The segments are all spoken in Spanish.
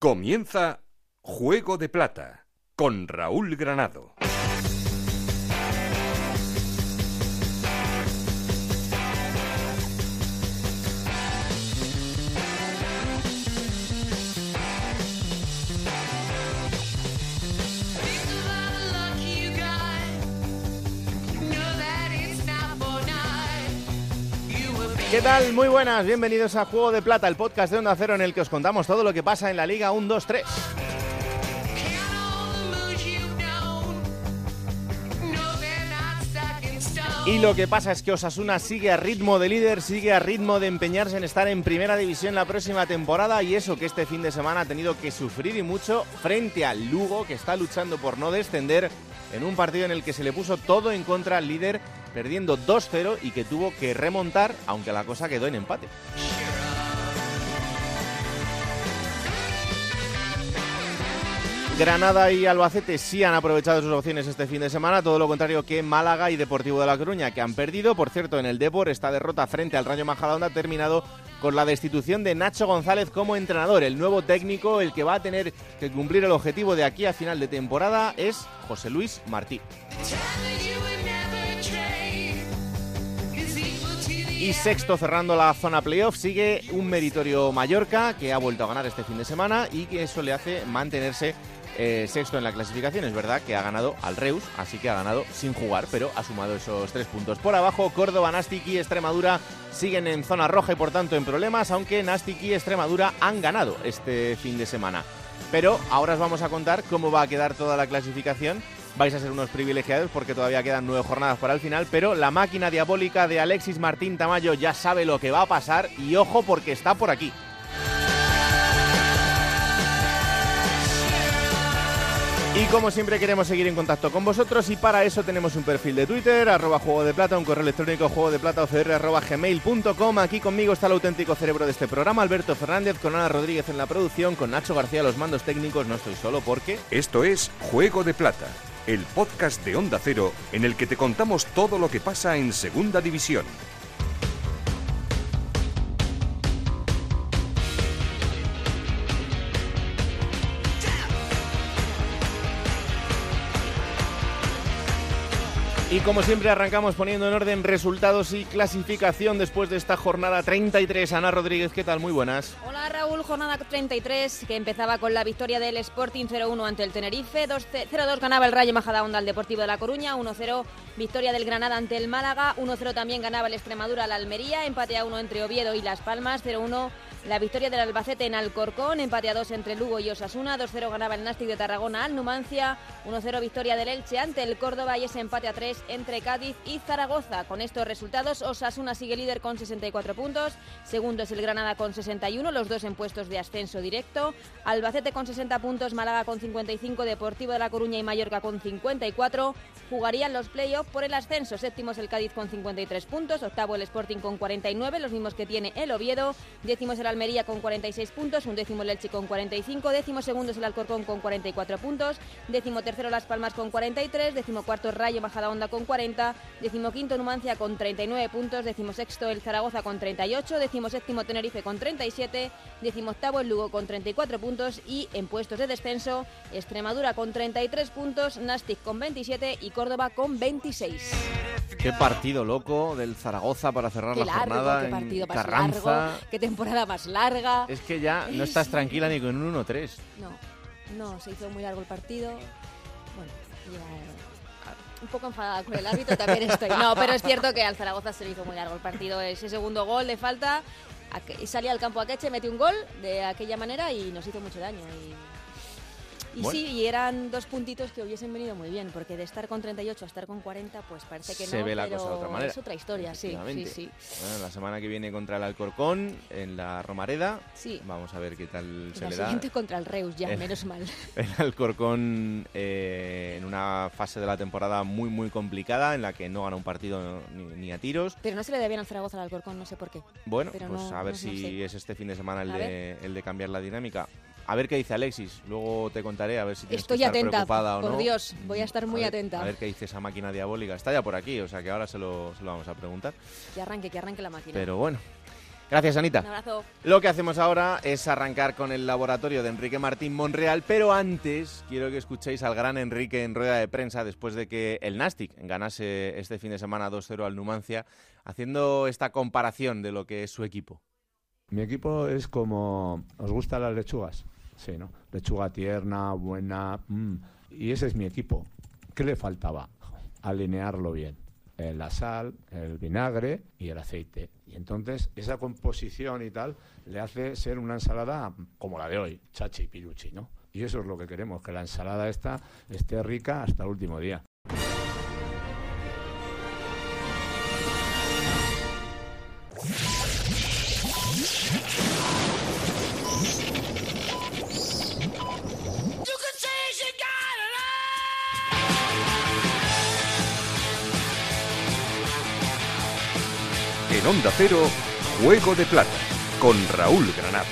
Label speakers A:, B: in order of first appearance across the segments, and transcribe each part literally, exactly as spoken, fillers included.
A: Comienza Juego de Plata con Raúl Granado.
B: ¿Qué tal? Muy buenas, bienvenidos a Juego de Plata, el podcast de Onda Cero en el que os contamos todo lo que pasa en la Liga uno dos tres. Y lo que pasa es que Osasuna sigue a ritmo de líder, sigue a ritmo de empeñarse en estar en primera división la próxima temporada, y eso que este fin de semana ha tenido que sufrir y mucho frente al Lugo, que está luchando por no descender en un partido en el que se le puso todo en contra al líder, perdiendo dos cero y que tuvo que remontar, aunque la cosa quedó en empate. Granada y Albacete sí han aprovechado sus opciones este fin de semana, todo lo contrario que Málaga y Deportivo de La Coruña, que han perdido. Por cierto, en el Depor, esta derrota frente al Rayo Majadahonda ha terminado con la destitución de Nacho González como entrenador. El nuevo técnico, el que va a tener que cumplir el objetivo de aquí a final de temporada, es José Luis Martí. Y sexto, cerrando la zona playoff, sigue un meritorio Mallorca, que ha vuelto a ganar este fin de semana y que eso le hace mantenerse eh, sexto en la clasificación. Es verdad que ha ganado al Reus, así que ha ganado sin jugar, pero ha sumado esos tres puntos. Por abajo, Córdoba, Nàstic y Extremadura siguen en zona roja y por tanto en problemas, aunque Nàstic y Extremadura han ganado este fin de semana. Pero ahora os vamos a contar cómo va a quedar toda la clasificación. Vais a ser unos privilegiados porque todavía quedan nueve jornadas para el final, pero la máquina diabólica de Alexis Martín Tamayo ya sabe lo que va a pasar y ojo porque está por aquí. Y como siempre queremos seguir en contacto con vosotros y para eso tenemos un perfil de Twitter, arroba Juego de Plata, un correo electrónico juego de plata o c r arroba gmail punto com. Aquí conmigo está el auténtico cerebro de este programa, Alberto Fernández, con Ana Rodríguez en la producción, con Nacho García a los mandos técnicos. No estoy solo porque...
A: Esto es Juego de Plata, el podcast de Onda Cero en el que te contamos todo lo que pasa en Segunda División.
B: Y como siempre arrancamos poniendo en orden resultados y clasificación después de esta jornada treinta y tres. Ana Rodríguez, ¿qué tal? Muy buenas.
C: Hola Raúl, jornada treinta y tres que empezaba con la victoria del Sporting cero uno ante el Tenerife, cero dos ganaba el Rayo Majadahonda al Deportivo de La Coruña, uno cero victoria del Granada ante el Málaga, uno cero también ganaba el Extremadura al Almería, empate a uno entre Oviedo y Las Palmas, cero uno la victoria del Albacete en Alcorcón, empate a dos entre Lugo y Osasuna, dos cero ganaba el Nàstic de Tarragona al Numancia, uno cero victoria del Elche ante el Córdoba y ese empate a tres entre Cádiz y Zaragoza. Con estos resultados, Osasuna sigue líder con sesenta y cuatro puntos, segundo es el Granada con sesenta y uno, los dos en puestos de ascenso directo, Albacete con sesenta puntos, Málaga con cincuenta y cinco, Deportivo de La Coruña y Mallorca con cincuenta y cuatro, jugarían los play-off por el ascenso, séptimo es el Cádiz con cincuenta y tres puntos, octavo el Sporting con cuarenta y nueve, los mismos que tiene el Oviedo, décimo es el Almería con cuarenta y seis puntos, undécimo el Elche con cuarenta y cinco, décimo segundo es el Alcorcón con cuarenta y cuatro puntos, décimo tercero Las Palmas con cuarenta y tres, décimo cuarto Rayo Majadahonda con cuarenta, décimo quinto Numancia con treinta y nueve puntos, décimo sexto el Zaragoza con treinta y ocho, décimo séptimo Tenerife con treinta y siete, décimo octavo el Lugo con treinta y cuatro puntos y en puestos de descenso Extremadura con treinta y tres puntos, Nàstic con veintisiete y Córdoba con veintiséis.
B: Qué partido loco del Zaragoza para cerrar
C: qué
B: la
C: largo,
B: jornada
C: qué partido
B: en
C: más
B: Carranza.
C: Largo, qué temporada más larga.
B: Es que ya no estás tranquila ni con un uno tres.
C: No, no, se hizo muy largo el partido. Bueno, ya un poco enfadada con el árbitro también estoy. No, pero es cierto que al Zaragoza se le hizo muy largo el partido. Ese segundo gol le falta. Salía al campo Akeche, metió un gol de aquella manera y nos hizo mucho daño. Y... Y bueno, sí, y eran dos puntitos que hubiesen venido muy bien, porque de estar con treinta y ocho a estar con cuarenta, pues parece que
B: se
C: no,
B: ve la
C: pero
B: cosa de otra manera.
C: Es otra historia, sí, sí, sí.
B: Bueno, la semana que viene contra el Alcorcón, en la Romareda,
C: sí.
B: Vamos a ver qué tal se
C: la
B: le da.
C: La siguiente contra el Reus, ya,
B: el,
C: menos mal.
B: El Alcorcón eh, en una fase de la temporada muy, muy complicada, en la que no gana un partido ni, ni a tiros.
C: Pero no se le da bien al Zaragoza al Alcorcón, no sé por qué.
B: Bueno,
C: pero
B: pues
C: no,
B: a ver
C: no,
B: si
C: no sé.
B: es este fin de semana el
C: a
B: de, el de cambiar la dinámica. A ver qué dice Alexis, luego te contaré a ver si tienes
C: Estoy
B: que estar
C: atenta,
B: preocupada o no.
C: por Dios, voy a estar muy
B: a ver,
C: atenta.
B: A ver qué dice esa máquina diabólica. Está ya por aquí, o sea que ahora se lo, se lo vamos a preguntar.
C: Que arranque, que arranque la máquina.
B: Pero bueno. Gracias, Anita.
C: Un abrazo.
B: Lo que hacemos ahora es arrancar con el laboratorio de Enrique Martín Monreal, pero antes quiero que escuchéis al gran Enrique en rueda de prensa después de que el Nastic ganase este fin de semana dos cero al Numancia, haciendo esta comparación de lo que es su equipo.
D: Mi equipo es como... ¿Os gustan las lechugas? Sí, ¿no? Lechuga tierna, buena... Mmm. Y ese es mi equipo. ¿Qué le faltaba? Alinearlo bien. Eh, la sal, el vinagre y el aceite. Y entonces esa composición y tal le hace ser una ensalada como la de hoy, chachi, piruchi, ¿no? Y eso es lo que queremos, que la ensalada esta esté rica hasta el último día.
A: En Onda Cero, Juego de Plata, con Raúl Granado.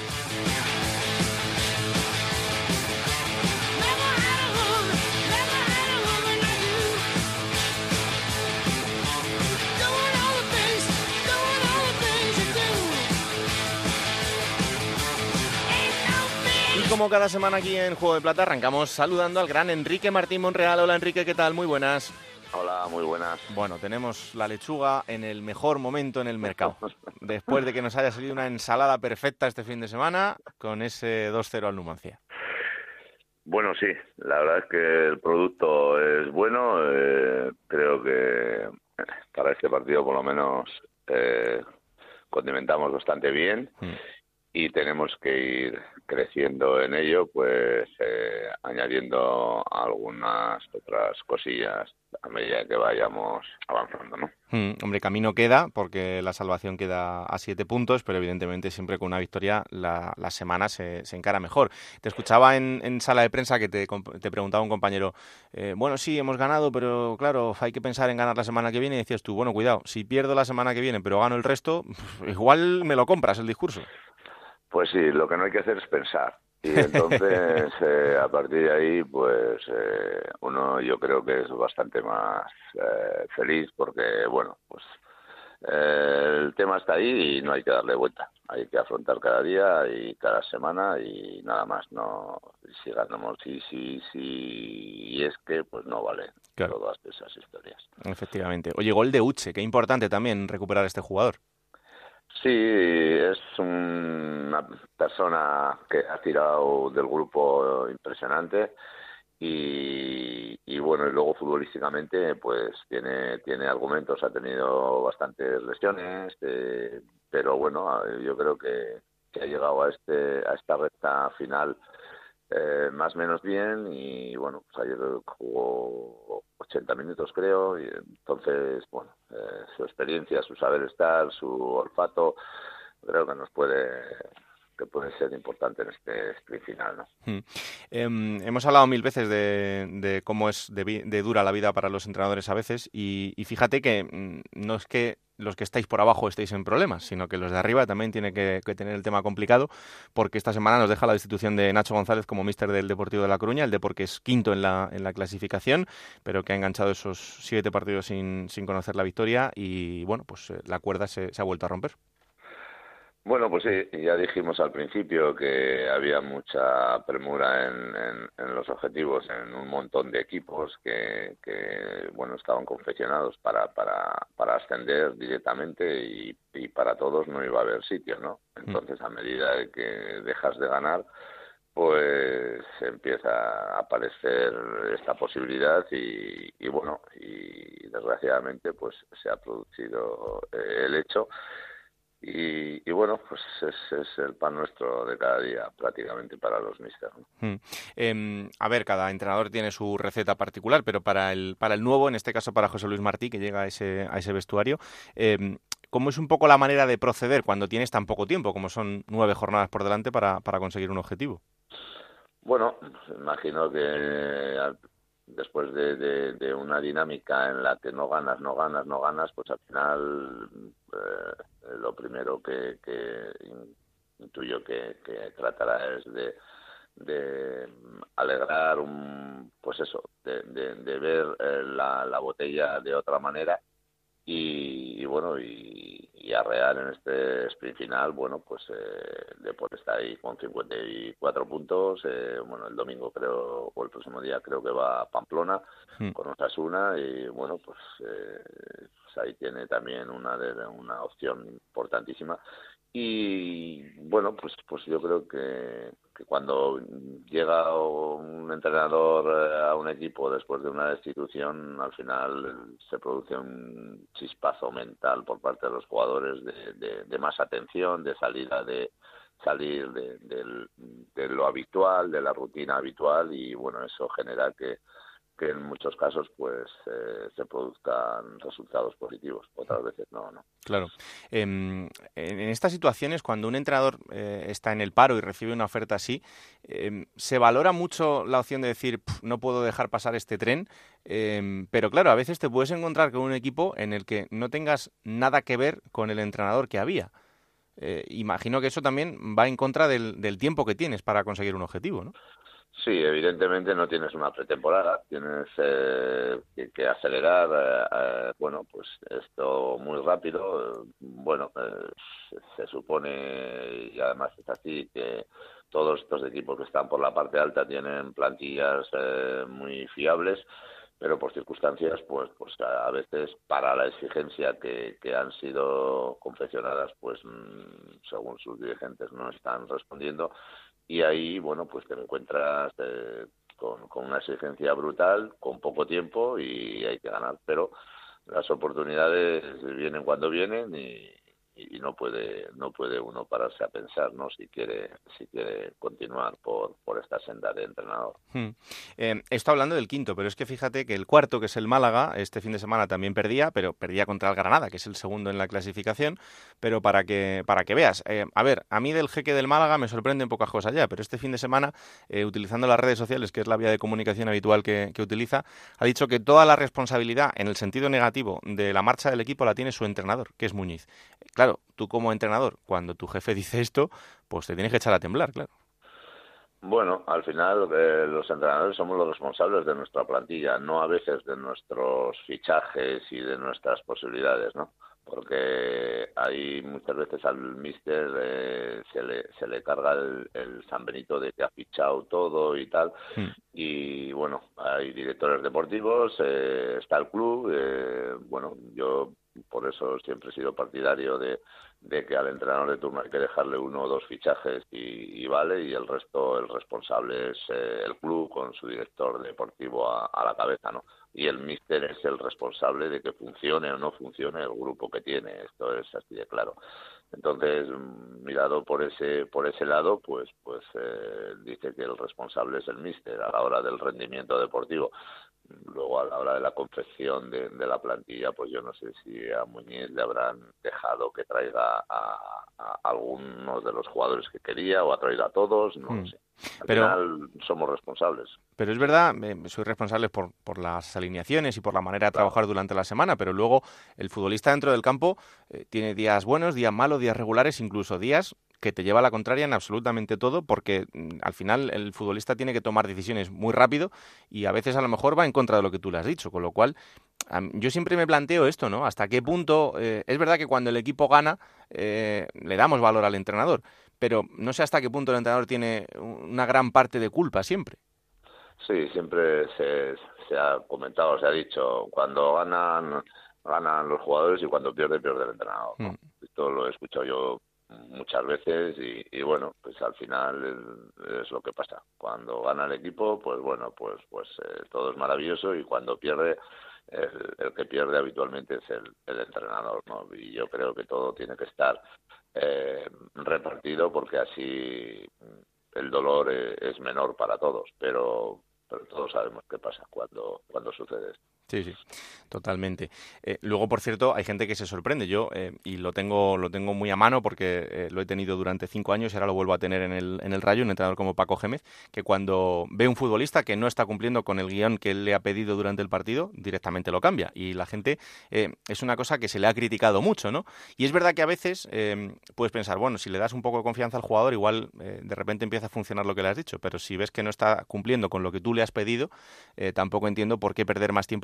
B: Y como cada semana aquí en Juego de Plata arrancamos saludando al gran Enrique Martín Monreal. Hola Enrique, ¿qué tal? Muy buenas.
E: Hola, muy buenas.
B: Bueno, tenemos la lechuga en el mejor momento en el mercado. Después de que nos haya salido una ensalada perfecta este fin de semana con ese dos cero al Numancia.
E: Bueno, sí, la verdad es que el producto es bueno. Eh, creo que para este partido por lo menos eh, condimentamos bastante bien. Mm. Y tenemos que ir creciendo en ello, pues eh, añadiendo algunas otras cosillas a medida que vayamos avanzando, ¿no?
B: Mm, hombre, camino queda, porque la salvación queda a siete puntos, pero evidentemente siempre con una victoria la, la semana se, se encara mejor. Te escuchaba en, en sala de prensa que te, te preguntaba un compañero, eh, bueno, sí, hemos ganado, pero claro, hay que pensar en ganar la semana que viene, y decías tú, bueno, cuidado, si pierdo la semana que viene, pero gano el resto, igual me lo compras el discurso.
E: Pues sí, lo que no hay que hacer es pensar. Y entonces, eh, a partir de ahí, pues eh, uno yo creo que es bastante más eh, feliz porque, bueno, pues eh, el tema está ahí y no hay que darle vuelta. Hay que afrontar cada día y cada semana y nada más. No, si ganamos y si, si, y es que, pues no vale claro. Todas esas historias.
B: Efectivamente. Oye, gol de Uche, qué importante también recuperar a este jugador.
E: Sí, es una persona que ha tirado del grupo impresionante y, y bueno, y luego futbolísticamente pues tiene tiene argumentos, ha tenido bastantes lesiones, eh, pero bueno, yo creo que, que ha llegado a este a esta recta final eh, más o menos bien y bueno, pues ayer jugó ochenta minutos creo y entonces bueno, eh, su experiencia, su saber estar, su olfato creo que nos puede que puede ser importante en este sprint final, ¿no?
B: Hmm. Eh, hemos hablado mil veces de, de cómo es de, de dura la vida para los entrenadores a veces y, y fíjate que mmm, no es que los que estáis por abajo estéis en problemas, sino que los de arriba también tienen que, que tener el tema complicado, porque esta semana nos deja la destitución de Nacho González como míster del Deportivo de La Coruña, el Depor que es quinto en la, en la clasificación, pero que ha enganchado esos siete partidos sin, sin conocer la victoria y bueno, pues eh, la cuerda se, se ha vuelto a romper.
E: Bueno, pues sí, ya dijimos al principio que había mucha premura en, en, en los objetivos, en un montón de equipos que, que bueno, estaban confeccionados para, para, para ascender directamente y, y para todos no iba a haber sitio, ¿no? Entonces, a medida de que dejas de ganar, pues empieza a aparecer esta posibilidad y, y bueno, y desgraciadamente pues se ha producido el hecho. Y, y bueno, pues es, es el pan nuestro de cada día prácticamente para los míster, ¿no?
B: Hmm. Eh, a ver, cada entrenador tiene su receta particular, pero para el para el nuevo, en este caso para José Luis Martí, que llega a ese a ese vestuario, eh, ¿cómo es un poco la manera de proceder cuando tienes tan poco tiempo, como son nueve jornadas por delante para, para conseguir un objetivo?
E: Bueno, imagino que al después de, de, de una dinámica en la que no ganas, no ganas, no ganas, pues al final eh, lo primero que, que intuyo que, que tratará es de, de alegrar un, pues eso, de, de, de ver eh, la, la botella de otra manera y, y bueno, y, y a Real en este sprint final, bueno, pues eh, Depor está ahí con cincuenta y cuatro puntos, eh, bueno, el domingo creo, o el próximo día creo que va a Pamplona mm. con Osasuna y bueno, pues, eh, pues ahí tiene también una, de, una opción importantísima. Y bueno, pues pues yo creo que, que cuando llega un entrenador a un equipo después de una destitución, al final se produce un chispazo mental por parte de los jugadores de, de, de más atención, de salida de salir de, de, de lo habitual, de la rutina habitual, y bueno, eso genera que que en muchos casos pues eh, se produzcan resultados positivos, otras veces no, ¿no?
B: Claro. Eh, en estas situaciones, cuando un entrenador eh, está en el paro y recibe una oferta así, eh, se valora mucho la opción de decir, no puedo dejar pasar este tren, eh, pero claro, a veces te puedes encontrar con un equipo en el que no tengas nada que ver con el entrenador que había. Eh, imagino que eso también va en contra del, del tiempo que tienes para conseguir un objetivo, ¿no?
E: Sí, evidentemente no tienes una pretemporada, tienes eh, que, que acelerar, eh, eh, bueno, pues esto muy rápido. Eh, bueno, eh, se, se supone, y además es así, que todos estos equipos que están por la parte alta tienen plantillas eh, muy fiables, pero por circunstancias, pues pues a veces para la exigencia que, que han sido confeccionadas, pues según sus dirigentes no están respondiendo. Y ahí, bueno, pues te encuentras eh, con, con una exigencia brutal, con poco tiempo y hay que ganar. Pero las oportunidades vienen cuando vienen y, y no puede no puede uno pararse a pensar, ¿no? Si quiere si quiere continuar por, por esta senda de entrenador.
B: Hmm. Eh, estoy hablando del quinto, pero es que fíjate que el cuarto, que es el Málaga, este fin de semana también perdía, pero perdía contra el Granada, que es el segundo en la clasificación. Pero para que para que veas, eh, a ver, a mí del jeque del Málaga me sorprenden pocas cosas ya, pero este fin de semana, eh, utilizando las redes sociales, que es la vía de comunicación habitual que, que utiliza, ha dicho que toda la responsabilidad, en el sentido negativo, de la marcha del equipo la tiene su entrenador, que es Muñiz. Claro, tú como entrenador, cuando tu jefe dice esto, pues te tienes que echar a temblar, claro.
E: Bueno, al final eh, los entrenadores somos los responsables de nuestra plantilla, no a veces de nuestros fichajes y de nuestras posibilidades, ¿no? Porque ahí muchas veces al míster eh, se le se le carga el, el San Benito de que ha fichado todo y tal. Mm. Y bueno, hay directores deportivos, eh, está el club, eh, bueno, yo por eso siempre he sido partidario de, de que al entrenador de turno hay que dejarle uno o dos fichajes y, y vale, y el resto, el responsable es eh, el club con su director deportivo a, a la cabeza, ¿no? Y el míster es el responsable de que funcione o no funcione el grupo que tiene, esto es así de claro. Entonces, mirado por ese por ese lado, pues pues eh, dice que el responsable es el míster a la hora del rendimiento deportivo. Luego, a la hora de la confección de, de la plantilla, pues yo no sé si a Muñiz le habrán dejado que traiga a, a algunos de los jugadores que quería o ha traído a todos, no mm. lo sé. Al
B: pero,
E: final somos responsables.
B: Pero es verdad, eh, soy responsable por, por las alineaciones y por la manera de trabajar durante la semana, pero luego el futbolista dentro del campo eh, tiene días buenos, días malos, días regulares, incluso días que te lleva a la contraria en absolutamente todo, porque mm, al final el futbolista tiene que tomar decisiones muy rápido y a veces a lo mejor va en contra de lo que tú le has dicho, con lo cual yo siempre me planteo esto, ¿no? ¿Hasta qué punto? Eh, es verdad que cuando el equipo gana eh, le damos valor al entrenador, pero no sé hasta qué punto el entrenador tiene una gran parte de culpa siempre.
E: Sí, siempre se, se ha comentado, se ha dicho, cuando ganan, ganan los jugadores y cuando pierde, pierde el entrenador, ¿no? Mm. Esto lo he escuchado yo muchas veces y, y bueno, pues al final es, es lo que pasa. Cuando gana el equipo, pues bueno, pues pues eh, todo es maravilloso, y cuando pierde, el, el que pierde habitualmente es el, el entrenador, ¿no? Y yo creo que todo tiene que estar eh, repartido, porque así el dolor es, es menor para todos, pero pero todos sabemos qué pasa cuando cuando sucede esto.
B: Sí, sí, totalmente. Eh, luego, por cierto, hay gente que se sorprende. Yo, eh, y lo tengo lo tengo muy a mano porque eh, lo he tenido durante cinco años y ahora lo vuelvo a tener en el, en el Rayo, un entrenador como Paco Gémez, que cuando ve un futbolista que no está cumpliendo con el guión que él le ha pedido durante el partido, directamente lo cambia. Y la gente, eh, es una cosa que se le ha criticado mucho, ¿no? Y es verdad que a veces eh, puedes pensar, bueno, si le das un poco de confianza al jugador, igual eh, de repente empieza a funcionar lo que le has dicho, pero si ves que no está cumpliendo con lo que tú le has pedido, eh, tampoco entiendo por qué perder más tiempo y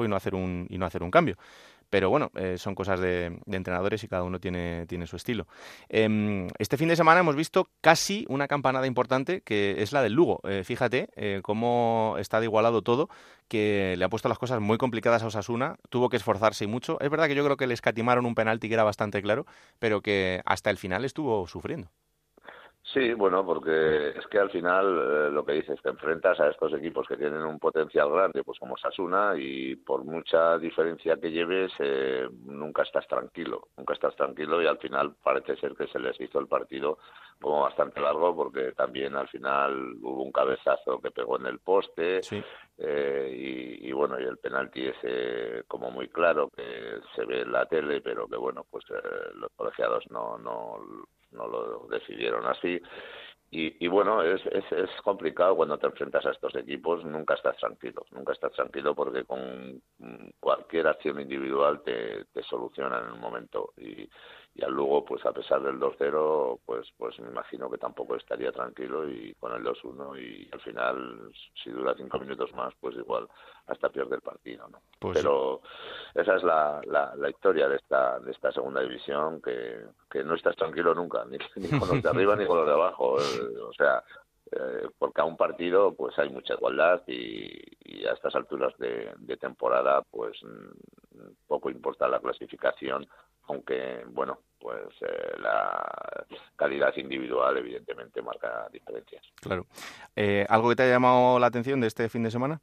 B: no hacer un, y no hacer un cambio. Pero bueno, eh, son cosas de, de entrenadores y cada uno tiene, tiene su estilo. Eh, este fin de semana hemos visto casi una campanada importante que es la del Lugo. Eh, fíjate eh, cómo está de igualado todo, que le ha puesto las cosas muy complicadas a Osasuna, tuvo que esforzarse y mucho. Es verdad que yo creo que le escatimaron un penalti que era bastante claro, pero que hasta el final estuvo sufriendo.
E: Sí, bueno, porque es que al final eh, lo que dices, te enfrentas a estos equipos que tienen un potencial grande, pues como Osasuna, y por mucha diferencia que lleves, eh, nunca estás tranquilo, nunca estás tranquilo y al final parece ser que se les hizo el partido como bastante largo, porque también al final hubo un cabezazo que pegó en el poste,
B: sí.
E: eh, y, y bueno, y el penalti ese como muy claro, que se ve en la tele, pero que bueno, pues eh, los colegiados no... no no lo decidieron así y, y bueno, es, es, es complicado cuando te enfrentas a estos equipos, nunca estás tranquilo, nunca estás tranquilo porque con cualquier acción individual te, te solucionan en un momento y, y al Lugo, pues a pesar del dos cero, pues pues me imagino que tampoco estaría tranquilo y con el dos uno y al final, si dura cinco minutos más, pues igual hasta pierde el partido, ¿no?
B: Pues
E: Pero
B: sí.
E: esa es la, la, la historia de esta de esta segunda división, que, que no estás tranquilo nunca, ni, ni con los de arriba ni con los de abajo, eh, o sea, eh, porque a un partido pues hay mucha igualdad y, y a estas alturas de, de temporada pues poco importa la clasificación, aunque bueno, pues eh, la calidad individual evidentemente marca diferencias.
B: Claro. Eh, ¿Algo que te haya llamado la atención de este fin de semana?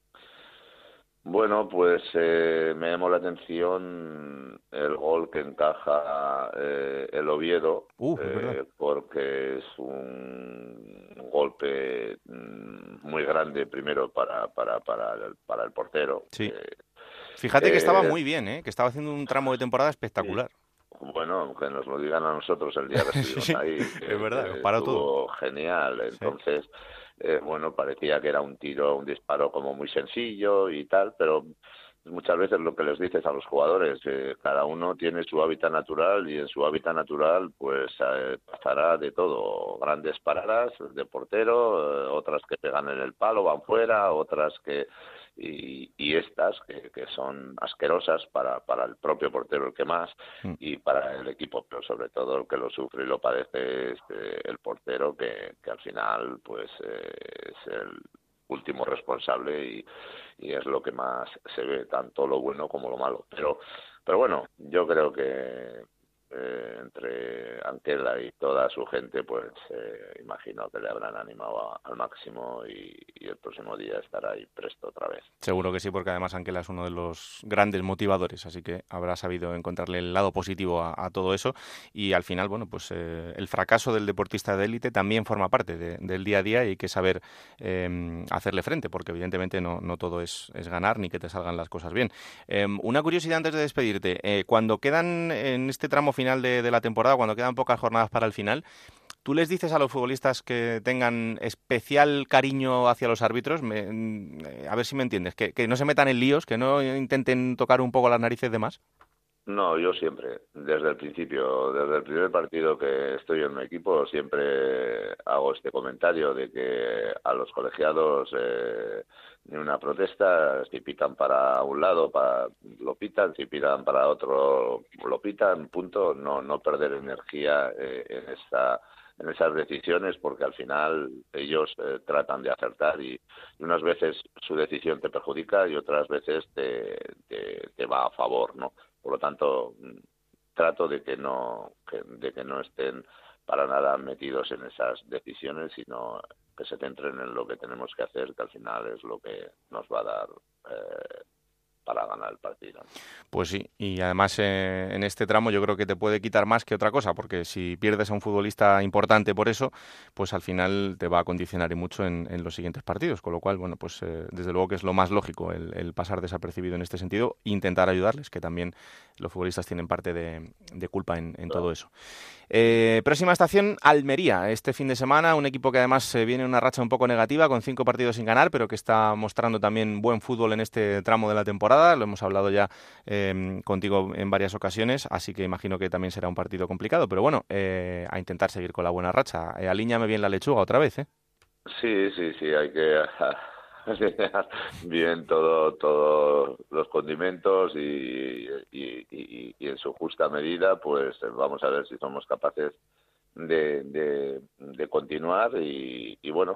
E: Bueno, pues eh, me llamó la atención el gol que encaja eh, el Oviedo,
B: uh,
E: eh, porque es un golpe muy grande primero para para para el, para el portero.
B: Sí.
E: Eh,
B: Fíjate
E: eh,
B: que estaba muy bien, ¿eh? Que estaba haciendo un tramo de temporada espectacular.
E: Sí. Bueno, que nos lo digan a nosotros el día que estuvimos
B: sí,
E: ahí.
B: Es verdad,
E: eh,
B: paró
E: estuvo
B: todo.
E: Genial, entonces... Sí. Eh, bueno, parecía que era un tiro, un disparo como muy sencillo y tal, pero muchas veces lo que les dices a los jugadores, eh, cada uno tiene su hábitat natural y en su hábitat natural pues eh, pasará de todo, grandes paradas de portero, eh, otras que pegan en el palo, van fuera, otras que... Y, y estas que, que son asquerosas para, para el propio portero, el que más, mm. y para el equipo, pero sobre todo el que lo sufre y lo padece es eh, el portero, que, que al final pues eh, es el último responsable y, y es lo que más se ve, tanto lo bueno como lo malo. Pero, pero bueno, yo creo que eh, entre Anquela y toda su gente, pues eh, imagino que le habrán animado a, al máximo y, y el próximo día estará ahí presto otra vez.
B: Seguro que sí, porque además Anquela es uno de los grandes motivadores, así que habrá sabido encontrarle el lado positivo a, a todo eso y al final, bueno, pues eh, el fracaso del deportista de élite también forma parte de, del día a día y hay que saber eh, hacerle frente, porque evidentemente no, no todo es, es ganar ni que te salgan las cosas bien. Eh, una curiosidad antes de despedirte, eh, cuando quedan en este tramo final final de, de la temporada, cuando quedan pocas jornadas para el final, ¿tú les dices a los futbolistas que tengan especial cariño hacia los árbitros? Me, a ver si me entiendes, que, que no se metan en líos, que no intenten tocar un poco las narices de más.
E: No, yo siempre, desde el principio, desde el primer partido que estoy en un equipo, siempre hago este comentario de que a los colegiados eh, ni una protesta, si pitan para un lado para, lo pitan, si pitan para otro lo pitan, punto, no no perder energía eh, en esta en esas decisiones, porque al final ellos eh, tratan de acertar y, y unas veces su decisión te perjudica y otras veces te, te, te va a favor, ¿no? Por lo tanto, trato de que no que, de que no estén para nada metidos en esas decisiones, sino que se centren en lo que tenemos que hacer, que al final es lo que nos va a dar eh, para ganar el partido.
B: Pues sí, y además eh, en este tramo yo creo que te puede quitar más que otra cosa, porque si pierdes a un futbolista importante por eso, pues al final te va a condicionar y mucho en, en los siguientes partidos, con lo cual, bueno, pues eh, desde luego que es lo más lógico el, el pasar desapercibido en este sentido, intentar ayudarles, que también los futbolistas tienen parte de, de culpa en, en todo eso. Eh, próxima estación, Almería, este fin de semana, un equipo que además eh, viene en una racha un poco negativa, con cinco partidos sin ganar, pero que está mostrando también buen fútbol en este tramo de la temporada, lo hemos hablado ya eh, contigo en varias ocasiones, así que imagino que también será un partido complicado, pero bueno, eh, a intentar seguir con la buena racha. Eh, alíñame bien la lechuga otra vez, ¿eh?
E: Sí, sí, sí, hay que bien todo, todos los condimentos y, y, y, y en su justa medida, pues vamos a ver si somos capaces de, de, de continuar y, y bueno,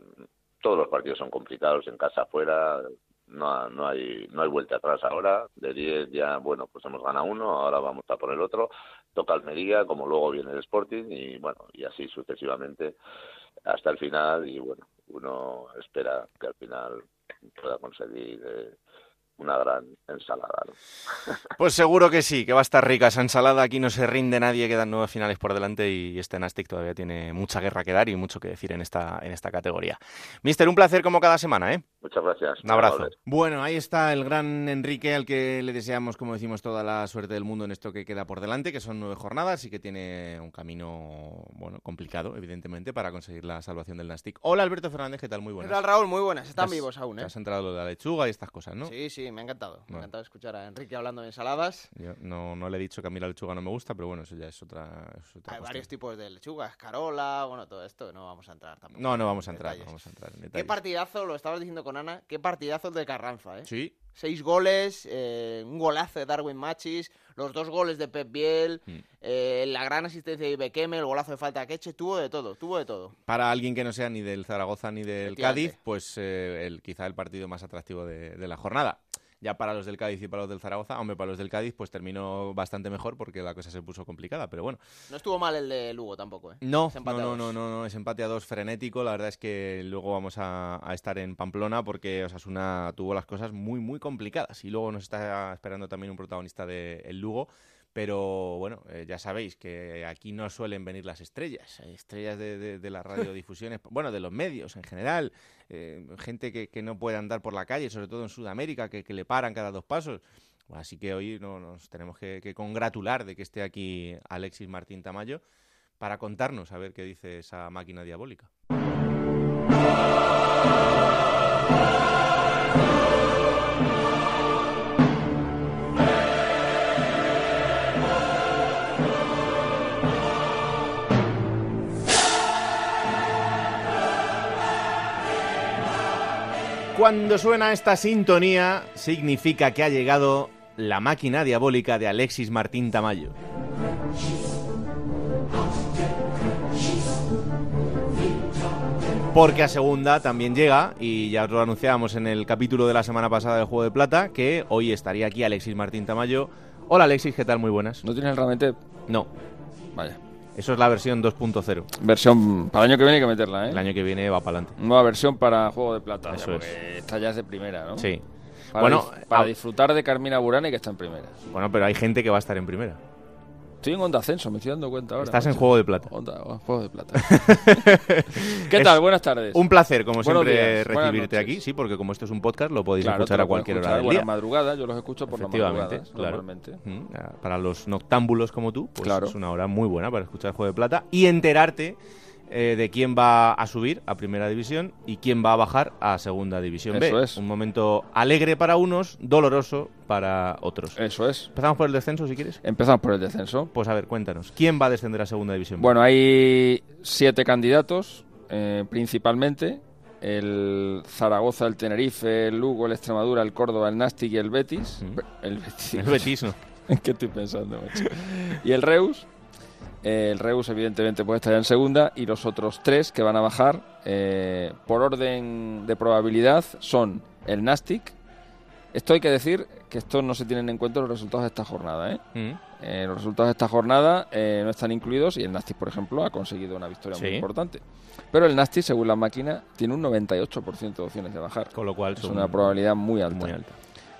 E: todos los partidos son complicados, en casa, afuera, no, no hay no hay vuelta atrás ahora, de diez ya, bueno, pues hemos ganado uno, ahora vamos a por el otro, toca Almería, como luego viene el Sporting y bueno, y así sucesivamente hasta el final y bueno, uno espera que al final pueda conseguir eh, una gran ensalada, ¿no?
B: Pues seguro que sí, que va a estar rica esa ensalada. Aquí no se rinde nadie, quedan nueve finales por delante y este Nastic todavía tiene mucha guerra que dar y mucho que decir en esta, en esta categoría. Míster, un placer como cada semana, ¿eh?
E: Muchas gracias.
B: Un abrazo. Bueno, ahí está el gran Enrique, al que le deseamos, como decimos, toda la suerte del mundo en esto que queda por delante, que son nueve jornadas y que tiene un camino, bueno, complicado, evidentemente, para conseguir la salvación del Nastic. Hola, Alberto Fernández, ¿qué tal? Muy buenas.
F: ¿Qué tal, Raúl? Muy buenas. Están
B: has,
F: vivos aún, ¿eh?
B: Te has entrado de la lechuga y estas cosas, ¿no?
F: Sí, sí, me ha encantado. Me
B: bueno.
F: ha encantado escuchar a Enrique hablando de ensaladas.
B: Yo no, no le he dicho que a mí la lechuga no me gusta, pero bueno, eso ya es otra, es otra
F: Hay
B: cuestión.
F: varios tipos de lechuga, escarola, bueno, todo esto. No vamos a entrar tampoco.
B: No, no vamos a
F: en
B: entrar,
F: detalles.
B: no vamos a entrar en detalles.
F: Qué partidazo, lo estabas diciendo con Ana, qué partidazo el de Carranza, ¿eh?
B: Sí.
F: Seis goles, eh, un golazo de Darwin Machis, los dos goles de Pep Biel, mm. eh, la gran asistencia de Ibekeme, el golazo de falta de Queche, tuvo de todo, tuvo de todo.
B: Para alguien que no sea ni del Zaragoza ni del Cádiz, pues eh, el, quizá el partido más atractivo de, de la jornada. Ya para los del Cádiz y para los del Zaragoza, hombre, para los del Cádiz pues terminó bastante mejor porque la cosa se puso complicada, pero bueno.
F: No estuvo mal el de Lugo tampoco, ¿eh?
B: No, no, no, no, no, no, es empate a dos frenético. La verdad es que luego vamos a, a estar en Pamplona porque Osasuna tuvo las cosas muy, muy complicadas y luego nos está esperando también un protagonista del de Lugo. Pero bueno, eh, ya sabéis que aquí no suelen venir las estrellas, estrellas de, de, de las radiodifusiones, bueno, de los medios en general, eh, gente que, que no puede andar por la calle, sobre todo en Sudamérica, que, que le paran cada dos pasos. Bueno, así que hoy no, nos tenemos que, que congratular de que esté aquí Alexis Martín Tamayo para contarnos a ver qué dice esa máquina diabólica. Cuando suena esta sintonía, significa que ha llegado la máquina diabólica de Alexis Martín Tamayo. Porque a segunda también llega, y ya os lo anunciábamos en el capítulo de la semana pasada del Juego de Plata, que hoy estaría aquí Alexis Martín Tamayo. Hola Alexis, ¿qué tal? Muy buenas.
G: ¿No tienes el Ramen Tape?
B: No.
G: Vaya.
B: Eso es la versión dos punto cero.
G: Versión para el año que viene hay que meterla, ¿eh?
B: El año que viene va para adelante.
G: Nueva versión para Juego de Plata.
B: Eso
G: ya, porque
B: es.
G: Esta ya es de primera, ¿no?
B: Sí.
G: Para
B: bueno,
G: dif para
B: a...
G: disfrutar de Carmina Burana y que está en primera.
B: Bueno, pero hay gente que va a estar en primera.
G: Estoy en Onda Ascenso, me estoy dando cuenta ahora.
B: Estás
G: macho.
B: en Juego de Plata.
G: Onda, Juego de Plata. ¿Qué tal? Buenas tardes.
B: Un placer, como
G: Buenos
B: siempre,
G: días.
B: recibirte aquí. Sí, porque como esto es un podcast, lo podéis
G: claro,
B: escuchar a cualquier hora del día.
G: Buenas madrugadas, yo los escucho por las
B: Efectivamente,
G: madrugadas,
B: claro.
G: normalmente.
B: Mm, para los noctámbulos como tú, pues
G: claro.
B: es una hora muy buena para escuchar Juego de Plata y enterarte eh, de quién va a subir a Primera División y quién va a bajar a Segunda División
G: Eso
B: B.
G: es.
B: Un momento alegre para unos, doloroso para otros.
G: Eso es.
B: ¿Empezamos por el descenso, si quieres?
G: Empezamos por el descenso.
B: Pues a ver, cuéntanos. ¿Quién va a descender a Segunda División B?
G: Bueno, hay siete candidatos, eh, principalmente. El Zaragoza, el Tenerife, el Lugo, el Extremadura, el Córdoba, el Nastic y el Betis.
B: Mm.
G: El Betis.
B: El Betis, ¿no?
G: ¿En qué estoy pensando, macho? Y el Reus. Eh, el Reus, evidentemente, puede estar en segunda. Y los otros tres que van a bajar, eh, por orden de probabilidad, son el Nastic. Esto hay que decir que esto no se tienen en cuenta los resultados de esta jornada, ¿eh?
B: Mm.
G: Eh, los resultados de esta jornada eh, no están incluidos y el Nastic, por ejemplo, ha conseguido una victoria
B: Sí.
G: muy importante. Pero el Nastic, según la máquina, tiene un noventa y ocho por ciento de opciones de bajar.
B: Con lo cual
G: es
B: son
G: una probabilidad muy alta.
B: muy alta.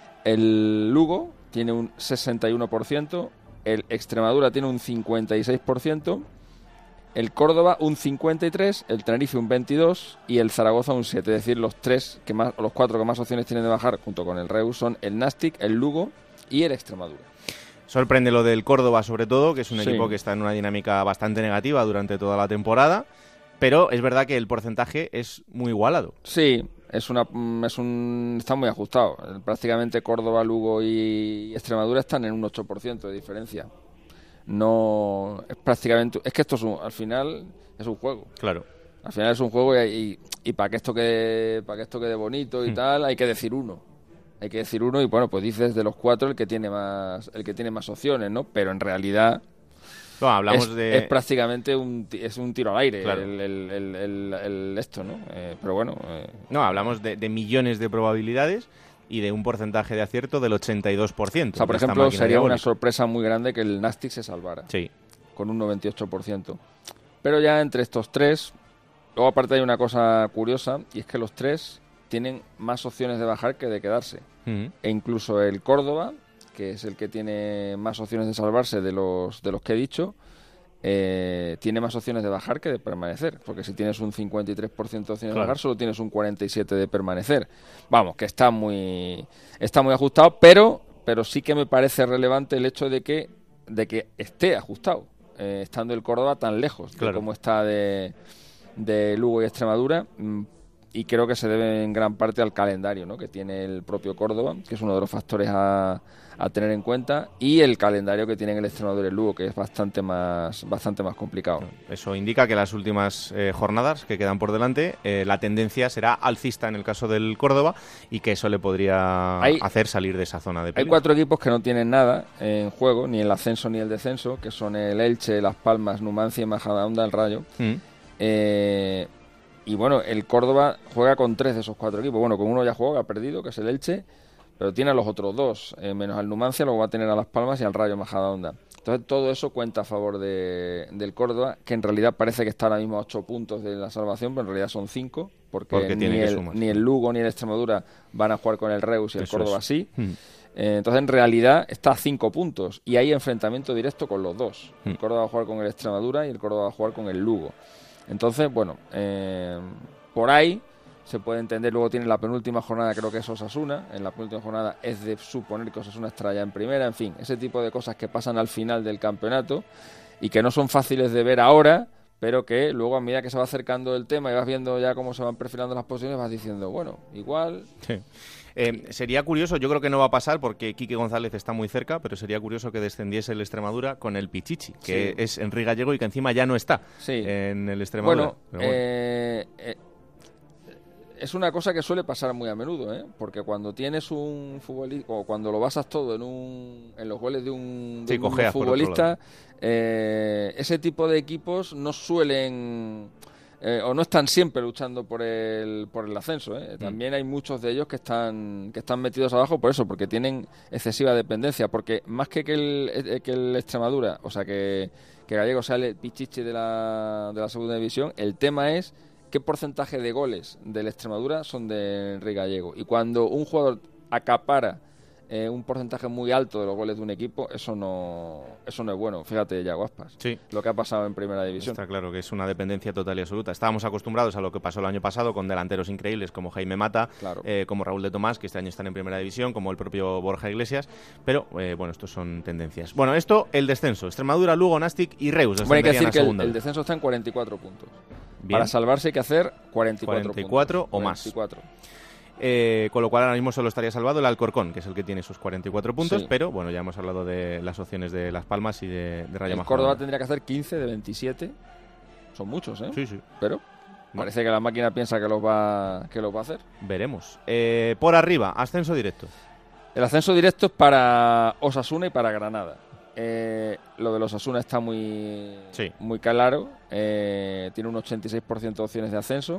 G: El Lugo tiene un sesenta y uno por ciento, el Extremadura tiene un cincuenta y seis por ciento, el Córdoba un cincuenta y tres por ciento, el Tenerife un veintidós por ciento y el Zaragoza un siete por ciento. Es decir, los tres que más, o los cuatro que más opciones tienen de bajar, junto con el Reus, son el Nastic, el Lugo y el Extremadura.
B: Sorprende lo del Córdoba, sobre todo, que es un
G: Sí.
B: equipo que está en una dinámica bastante negativa durante toda la temporada, pero es verdad que el porcentaje es muy igualado.
G: Sí, es una, es un, está muy ajustado. Prácticamente Córdoba, Lugo y Extremadura están en un ocho por ciento de diferencia. No es prácticamente, es que esto es un, al final es un juego.
B: Claro.
G: Al final es un juego y, y, y para que esto quede, para que esto quede bonito y mm. tal, hay que decir uno. Hay que decir uno y bueno, pues dices de los cuatro el que tiene más, el que tiene más opciones, ¿no? Pero en realidad
B: no, hablamos
G: es,
B: de...
G: es prácticamente un, es un tiro al aire,
B: claro.
G: el, el, el, el, el esto, ¿no? Eh, pero bueno... Eh.
B: No, hablamos de, de millones de probabilidades y de un porcentaje de acierto del ochenta y dos por ciento.
G: O sea, por ejemplo, sería diabólica. Una sorpresa muy grande que el Nastic se salvara.
B: Sí.
G: Con un noventa y ocho por ciento. Pero ya entre estos tres... Luego aparte hay una cosa curiosa y es que los tres tienen más opciones de bajar que de quedarse. Uh-huh. E incluso el Córdoba, que es el que tiene más opciones de salvarse de los de los que he dicho, eh, tiene más opciones de bajar que de permanecer. Porque si tienes un cincuenta y tres por ciento de opciones claro. de bajar, solo tienes un cuarenta y siete por ciento de permanecer. Vamos, que está muy está muy ajustado, pero pero sí que me parece relevante el hecho de que de que esté ajustado, eh, estando el Córdoba tan lejos claro. de cómo está de... de Lugo y Extremadura, y creo que se debe en gran parte al calendario, ¿no?, que tiene el propio Córdoba, que es uno de los factores a, a tener en cuenta, y el calendario que tienen el Extremadura y el Lugo, que es bastante más bastante más complicado.
B: Eso indica que las últimas eh, jornadas que quedan por delante, eh, la tendencia será alcista en el caso del Córdoba, y que eso le podría hay, hacer salir de esa zona de peligro.
G: Hay cuatro equipos que no tienen nada en juego, ni el ascenso ni el descenso, que son el Elche, Las Palmas, Numancia y Majadahonda, el Rayo. Mm. Eh, y bueno, el Córdoba juega con tres de esos cuatro equipos. Bueno, con uno ya juega, ha perdido, que es el Elche, pero tiene a los otros dos, eh, menos al Numancia, luego va a tener a Las Palmas y al Rayo Majadahonda. Entonces todo eso cuenta a favor de, del Córdoba, que en realidad parece que está ahora mismo a ocho puntos de la salvación, pero en realidad son cinco, porque, porque ni, el, ni el Lugo ni el Extremadura van a jugar con el Reus y el eso Córdoba es. sí. Hmm. Eh, entonces en realidad está a cinco puntos y hay enfrentamiento directo con los dos. Hmm. El Córdoba va a jugar con el Extremadura y el Córdoba va a jugar con el Lugo. Entonces, bueno, eh, por ahí se puede entender. Luego tiene la penúltima jornada, creo que es Osasuna. En la penúltima jornada es de suponer que Osasuna estará ya en primera. En fin, ese tipo de cosas que pasan al final del campeonato y que no son fáciles de ver ahora, pero que luego a medida que se va acercando el tema y vas viendo ya cómo se van perfilando las posiciones, vas diciendo, bueno, igual...
B: Sí. Eh, sería curioso, yo creo que no va a pasar porque Quique González está muy cerca, pero sería curioso que descendiese el Extremadura con el Pichichi, que sí. es Enrique Gallego y que encima ya no está sí. en el Extremadura.
G: Bueno, bueno. Eh, eh, es una cosa que suele pasar muy a menudo, ¿eh? Porque cuando tienes un futbolista, o cuando lo basas todo en un en los goles de un, de
B: sí,
G: un futbolista, eh, ese tipo de equipos no suelen... Eh, o no están siempre luchando por el por el ascenso, ¿eh? También hay muchos de ellos que están que están metidos abajo por eso, porque tienen excesiva dependencia, porque más que que el, que el Extremadura, o sea, que, que Gallego sea el pichichi de la, de la segunda división, el tema es qué porcentaje de goles del Extremadura son de Enrique Gallego. Y cuando un jugador acapara Eh, un porcentaje muy alto de los goles de un equipo, eso no eso no es bueno. Fíjate, Yago Aspas,
B: sí.
G: lo que ha pasado en Primera División.
B: Está claro que es una dependencia total y absoluta. Estábamos acostumbrados a lo que pasó el año pasado con delanteros increíbles como Jaime Mata, claro. eh, como Raúl de Tomás, que este año están en Primera División, como el propio Borja Iglesias, pero eh, bueno, estos son tendencias. Bueno, esto, el descenso. Extremadura, Lugo, Nastic y Reus.
G: Bueno, hay que decir que el, el descenso está en cuarenta y cuatro puntos. Bien. Para salvarse hay que hacer cuarenta y cuatro,
B: cuarenta y cuatro
G: puntos.
B: o más.
G: cuarenta y cuatro.
B: Eh, con lo cual ahora mismo solo estaría salvado el Alcorcón, que es el que tiene sus cuarenta y cuatro puntos, sí. Pero bueno, ya hemos hablado de las opciones de Las Palmas y de, de Rayo Majadahonda.
G: El Córdoba tendría que hacer quince de veintisiete, son muchos, ¿eh?
B: Sí, sí.
G: Pero parece que la máquina piensa que los va, que los va a hacer.
B: Veremos. Eh, por arriba, ascenso directo.
G: El ascenso directo es para Osasuna y para Granada. Eh, lo de los Osasuna está muy,
B: sí.
G: muy claro, eh, tiene un ochenta y seis por ciento de opciones de ascenso.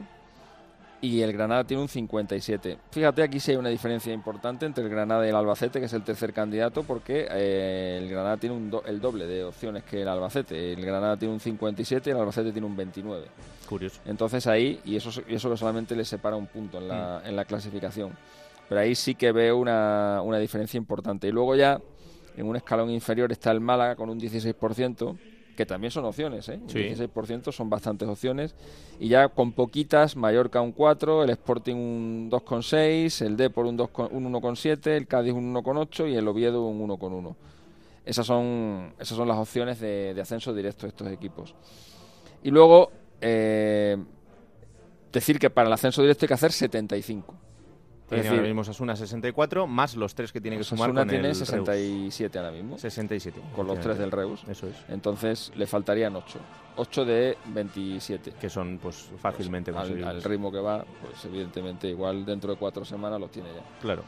G: Y el Granada tiene un cincuenta y siete. Fíjate, aquí sí hay una diferencia importante entre el Granada y el Albacete, que es el tercer candidato, porque eh, el Granada tiene un do- el doble de opciones que el Albacete. El Granada tiene un cincuenta y siete y el Albacete tiene un veintinueve.
B: Curioso.
G: Entonces ahí, y eso, y eso que solamente le separa un punto en la, mm. en la clasificación. Pero ahí sí que veo una, una diferencia importante. Y luego ya, en un escalón inferior, está el Málaga con un dieciséis por ciento, que también son opciones, ¿eh? Un
B: sí.
G: dieciséis por ciento son bastantes opciones. Y ya con poquitas, Mallorca un cuatro, el Sporting un dos coma seis, el Depor un, un uno coma siete, el Cádiz un uno coma ocho y el Oviedo un uno coma uno. Esas son, esas son las opciones de, de ascenso directo de estos equipos. Y luego, eh, decir que para el ascenso directo hay que hacer setenta y cinco.
B: Tiene
G: decir,
B: ahora mismo Osasuna sesenta y cuatro, más los tres que tiene que sumar
G: Osasuna
B: con
G: tiene
B: el
G: sesenta y siete
B: Reus.
G: ahora mismo.
B: sesenta y siete.
G: Con los tres del Reus.
B: Eso es.
G: Entonces le faltarían ocho. ocho de veintisiete.
B: Que son pues fácilmente
G: pues, al,
B: conseguibles.
G: al ritmo que va, pues evidentemente igual dentro de cuatro semanas los tiene ya.
B: Claro.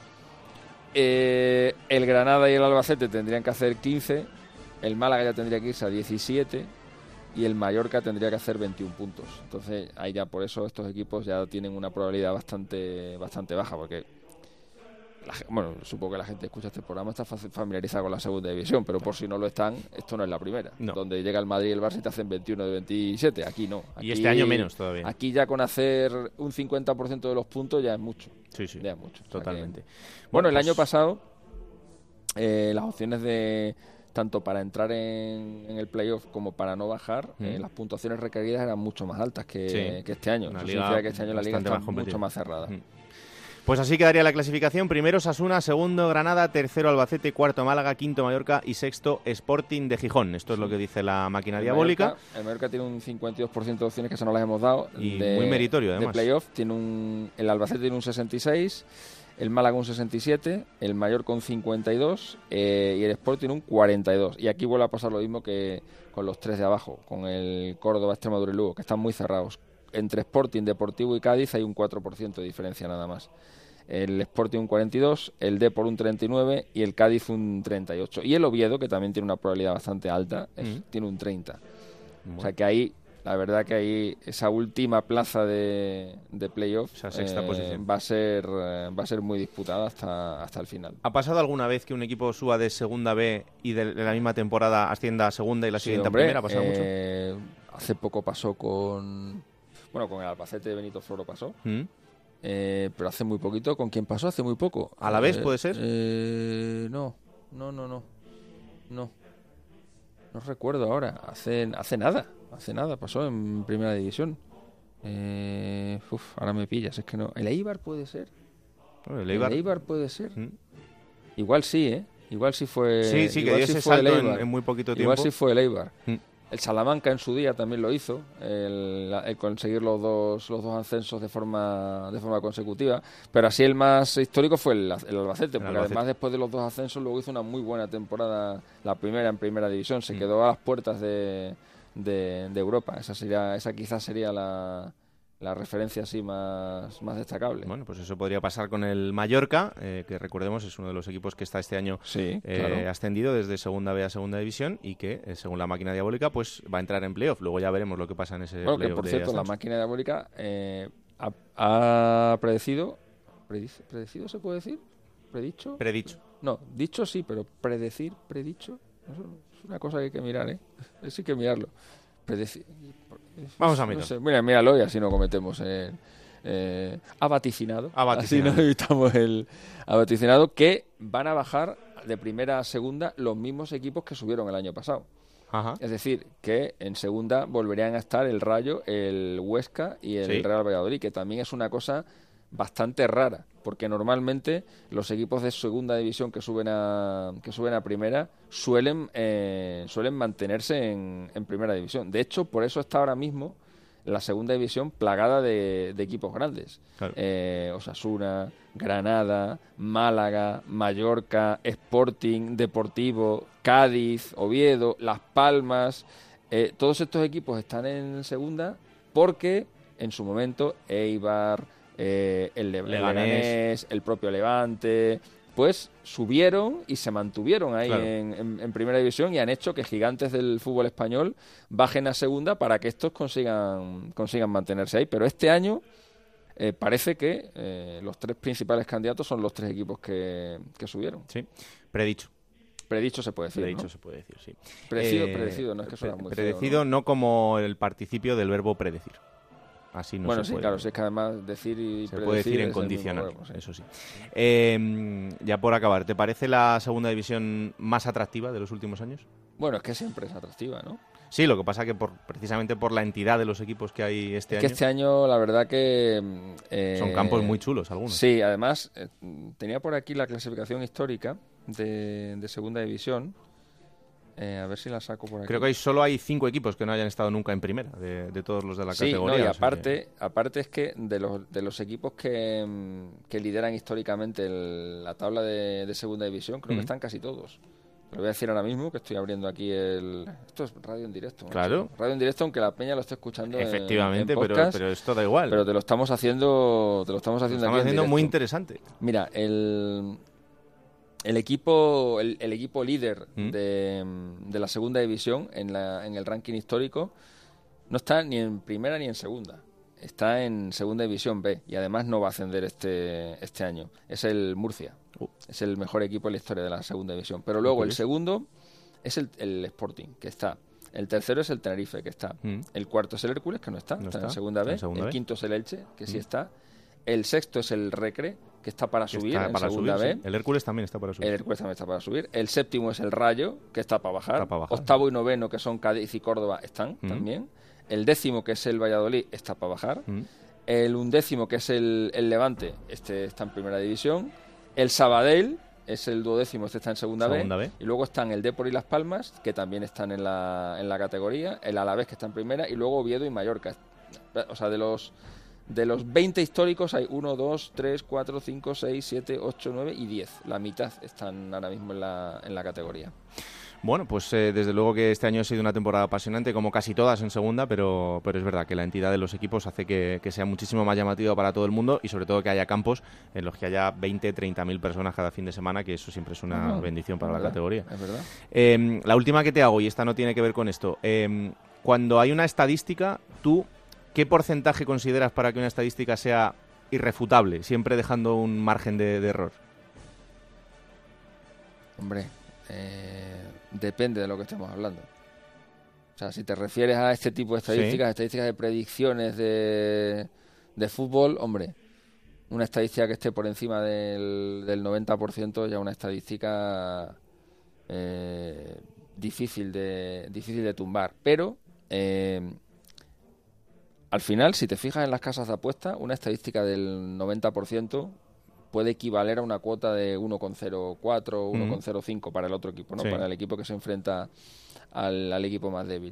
G: Eh, el Granada y el Albacete tendrían que hacer quince, el Málaga ya tendría que irse a diecisiete y el Mallorca tendría que hacer veintiún puntos. Entonces ahí ya por eso estos equipos ya tienen una probabilidad bastante bastante baja, porque la, bueno, supongo que la gente que escucha este programa está familiarizada con la segunda división, pero por si no lo están, esto no es la primera.
B: No.
G: Donde llega el Madrid y el Barça y te hacen veintiuno de veintisiete, aquí no. Aquí,
B: y este año menos todavía.
G: Aquí ya con hacer un cincuenta por ciento de los puntos ya es mucho.
B: Sí, sí.
G: Ya es mucho.
B: Totalmente.
G: O sea que, bueno, el
B: pues,
G: año pasado eh, las opciones de tanto para entrar en, en el playoff como para no bajar, mm. eh, las puntuaciones requeridas eran mucho más altas que, sí. que este año. Eso significa que este año la liga está mucho más cerrada. Mm.
B: Pues así quedaría la clasificación. Primero Osasuna, segundo Granada, tercero Albacete, cuarto Málaga, quinto Mallorca y sexto Sporting de Gijón. Esto es lo que dice la máquina
G: el
B: diabólica.
G: Mallorca, el Mallorca tiene un cincuenta y dos por ciento de opciones que se nos las hemos dado.
B: Y
G: de,
B: muy meritorio, además.
G: De playoff. Tiene un, el Albacete tiene un sesenta y seis, el Málaga un sesenta y siete, el Mallorca un cincuenta y dos eh, y el Sporting un cuarenta y dos. Y aquí vuelve a pasar lo mismo que con los tres de abajo, con el Córdoba, Extremadura y Lugo, que están muy cerrados. Entre Sporting, Deportivo y Cádiz hay un cuatro por ciento de diferencia nada más. El Sporting un cuarenta y dos, el Depor un treinta y nueve y el Cádiz un treinta y ocho. Y el Oviedo, que también tiene una probabilidad bastante alta, es, mm. tiene un treinta. Bueno. O sea que ahí, la verdad que ahí esa última plaza de, de playoff
B: esa sexta
G: eh,
B: posición
G: va a ser eh, va a ser muy disputada hasta, hasta el final.
B: ¿Ha pasado alguna vez que un equipo suba de segunda B y de, de la misma temporada ascienda a segunda y la
G: sí,
B: siguiente
G: hombre,
B: a primera? ¿Ha pasado
G: eh,
B: mucho?
G: Hace poco pasó con... Bueno, con el Albacete de Benito Floro pasó.
B: ¿Mm?
G: Eh, pero hace muy poquito. ¿Con quién pasó? Hace muy poco.
B: ¿A la vez
G: eh,
B: puede ser?
G: Eh, no, no, no, no. No. No recuerdo ahora. Hace, hace nada. Hace nada. Pasó en Primera División. Eh, uf, ahora me pillas. Es que no. ¿El Eibar puede ser?
B: Oh, el, Eibar.
G: ¿El Eibar puede ser?
B: ¿Mm?
G: Igual sí, ¿eh? Igual sí fue...
B: Sí, sí, que dio ese
G: sí
B: salto en, en muy poquito tiempo.
G: Igual sí fue el Eibar.
B: ¿Mm?
G: El Salamanca en su día también lo hizo, el, el conseguir los dos los dos ascensos de forma de forma consecutiva, pero así el más histórico fue el, el Albacete,
B: el
G: porque
B: Albacete.
G: Además después de los dos ascensos luego hizo una muy buena temporada, la primera en Primera División, se
B: mm.
G: quedó a las puertas de, de, de Europa. Esa sería esa quizás sería la la referencia así más, más destacable.
B: Bueno, pues eso podría pasar con el Mallorca, eh, que recordemos es uno de los equipos que está este año
G: sí,
B: eh,
G: claro.
B: ascendido desde segunda B a segunda división y que, eh, según la máquina diabólica, pues va a entrar en playoff. Luego ya veremos lo que pasa en ese
G: bueno,
B: playoff.
G: Que por
B: de
G: cierto,
B: ascenso.
G: la máquina diabólica eh, ha, ha predecido, predice, ¿predecido se puede decir? ¿Predicho?
B: Predicho.
G: No, dicho sí, pero predecir, predicho, eso es una cosa que hay que mirar, ¿eh? Eso hay que mirarlo. Predecir...
B: Vamos a mirar.
G: No sé, mira, míralo y así no cometemos el eh, ha vaticinado.
B: Ha vaticinado.
G: Así no evitamos el ha vaticinado que van a bajar de primera a segunda los mismos equipos que subieron el año pasado.
B: Ajá.
G: Es decir, que en segunda volverían a estar el Rayo, el Huesca y el
B: Sí.
G: Real Valladolid, que también es una cosa bastante rara, porque normalmente los equipos de segunda división que suben a que suben a primera suelen eh, suelen mantenerse en, en primera división. De hecho, por eso está ahora mismo la segunda división plagada de, de equipos grandes.
B: Claro.
G: Eh, Osasuna, Granada, Málaga, Mallorca, Sporting, Deportivo, Cádiz, Oviedo, Las Palmas. Eh, todos estos equipos están en segunda porque en su momento Eibar, Eh, el, Le- el
B: Leganés.
G: Leganés, el propio Levante, pues subieron y se mantuvieron ahí
B: Claro.
G: en, en, en primera división y han hecho que gigantes del fútbol español bajen a segunda para que estos consigan consigan mantenerse ahí. Pero este año eh, parece que eh, los tres principales candidatos son los tres equipos que, que subieron.
B: Sí, predicho.
G: Predicho se puede decir,
B: Predicho
G: ¿no?
B: se puede decir, sí.
G: Predecido,
B: Eh,
G: predecido, no es que suena
B: pre-
G: muy
B: Predecido
G: feo, ¿no?
B: no como el participio del verbo predecir. Así no
G: bueno,
B: se
G: sí,
B: puede.
G: claro, si es que además decir y
B: Se
G: predecir
B: puede decir en
G: es el mismo
B: condicional,
G: verbo, sí.
B: eso sí. Eh, ya por acabar, ¿te parece la segunda división más atractiva de los últimos años?
G: Bueno, es que siempre es atractiva, ¿no?
B: Sí, lo que pasa que por, precisamente por la entidad de los equipos que hay este
G: es
B: año,
G: que este año, la verdad que... eh,
B: son campos muy chulos algunos.
G: Sí, además, eh, tenía por aquí la clasificación histórica de, de segunda división. Eh, a ver si la saco por aquí.
B: Creo que hay, solo hay cinco equipos que no hayan estado nunca en primera, de, de todos los de la
G: sí,
B: categoría.
G: No, y
B: o sea
G: aparte,
B: que...
G: aparte es que de los, de los equipos que, que lideran históricamente el, la tabla de, de segunda división, creo mm. que están casi todos. Lo voy a decir ahora mismo, que estoy abriendo aquí el... Esto es radio en directo. ¿no?
B: Claro.
G: Radio en directo, aunque la peña lo esté escuchando
B: efectivamente,
G: en, en podcast,
B: pero, pero esto da igual.
G: Pero te lo estamos haciendo, te lo estamos haciendo,
B: lo estamos
G: aquí
B: haciendo
G: en
B: muy interesante.
G: Mira, el... El equipo el, el equipo líder ¿Mm? de, de la segunda división en, la, en el ranking histórico no está ni en primera ni en segunda. Está en segunda división B y además no va a ascender este, este año. Es el Murcia. Uh. Es el mejor equipo en la historia de la segunda división. Pero luego el segundo es el, el Sporting, que está. El tercero es el Tenerife, que está. ¿Mm? El cuarto es el Hércules, que no está. No está, está en segunda B. En segunda el B. Quinto es el Elche, que ¿Mm? sí está. El sexto es el Recre, que está para subir está en para segunda subir, B.
B: Sí. El Hércules también está para subir.
G: El Hércules también está para subir. El séptimo es el Rayo, que está para bajar. Está para bajar. Octavo y noveno, que son Cádiz y Córdoba, están ¿Mm? también. El décimo, que es el Valladolid, está para bajar. ¿Mm? El undécimo, que es el, el Levante, este está en primera división. El Sabadell es el duodécimo, este está en segunda, segunda B. B. Y luego están el Depor y Las Palmas, que también están en la, en la categoría. El Alavés, que está en primera. Y luego Oviedo y Mallorca. O sea, de los... De los veinte históricos hay uno, dos, tres, cuatro, cinco, seis, siete, ocho, nueve y diez. La mitad están ahora mismo en la, en la categoría.
B: Bueno, pues eh, desde luego que este año ha sido una temporada apasionante, como casi todas en segunda, pero, pero es verdad que la entidad de los equipos hace que, que sea muchísimo más llamativo para todo el mundo y sobre todo que haya campos en los que haya veinte, treinta mil personas cada fin de semana, que eso siempre es una no, bendición para la categoría.
G: Es verdad.
B: Eh, la última que te hago, y esta no tiene que ver con esto, eh, cuando hay una estadística, tú... ¿Qué porcentaje consideras para que una estadística sea irrefutable, siempre dejando un margen de, de error?
G: Hombre, eh, depende de lo que estemos hablando. O sea, si te refieres a este tipo de estadísticas, ¿sí? estadísticas de predicciones de, de fútbol, hombre, una estadística que esté por encima del, del noventa por ciento ya una estadística eh, difícil de difícil de tumbar. Pero... Eh, Al final, si te fijas en las casas de apuesta, una estadística del noventa por ciento puede equivaler a una cuota de uno coma cero cuatro, uno coma cero cinco para el otro equipo, ¿no? Sí. Para el equipo que se enfrenta al, al equipo más débil.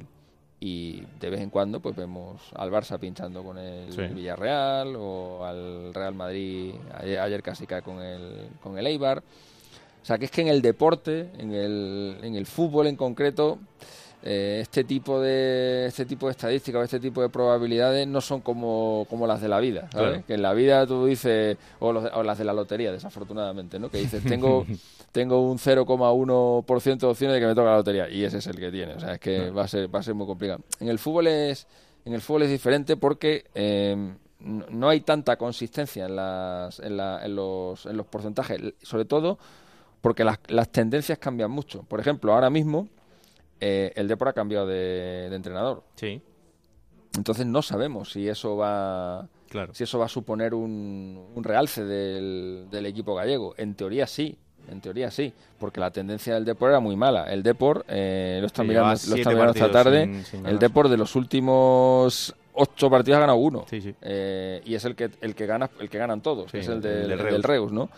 G: Y de vez en cuando pues vemos al Barça pinchando con el sí. Villarreal o al Real Madrid ayer, ayer casi cae con el, con el Eibar. O sea, que es que en el deporte, en el, en el fútbol en concreto... Eh, este tipo de este tipo de estadísticas o este tipo de probabilidades no son como, como las de la vida, ¿sabes? Claro. Que en la vida tú dices, o, los, o las de la lotería, desafortunadamente, ¿no? Que dices, tengo tengo un cero coma uno por ciento de opciones de que me toque la lotería y ese es el que tiene, o sea, es que claro. va a ser va a ser muy complicado. En el fútbol es en el fútbol es diferente porque eh, no, no hay tanta consistencia en las en, la, en los en los porcentajes, sobre todo porque las, las tendencias cambian mucho. Por ejemplo, ahora mismo Eh, el Depor ha cambiado de, de entrenador.
B: Sí.
G: Entonces no sabemos si eso va, claro. si eso va a suponer un, un realce del, del equipo gallego. En teoría sí, en teoría sí, porque la tendencia del Depor era muy mala. El Depor, eh, lo están mirando, lo están mirando esta tarde, sin, sin el Depor de los últimos ocho partidos ha ganado uno.
B: Sí, sí.
G: Eh, y es el que el que gana, el que ganan todos, sí, que es el del,
B: el del,
G: el
B: Reus.
G: del Reus, ¿no?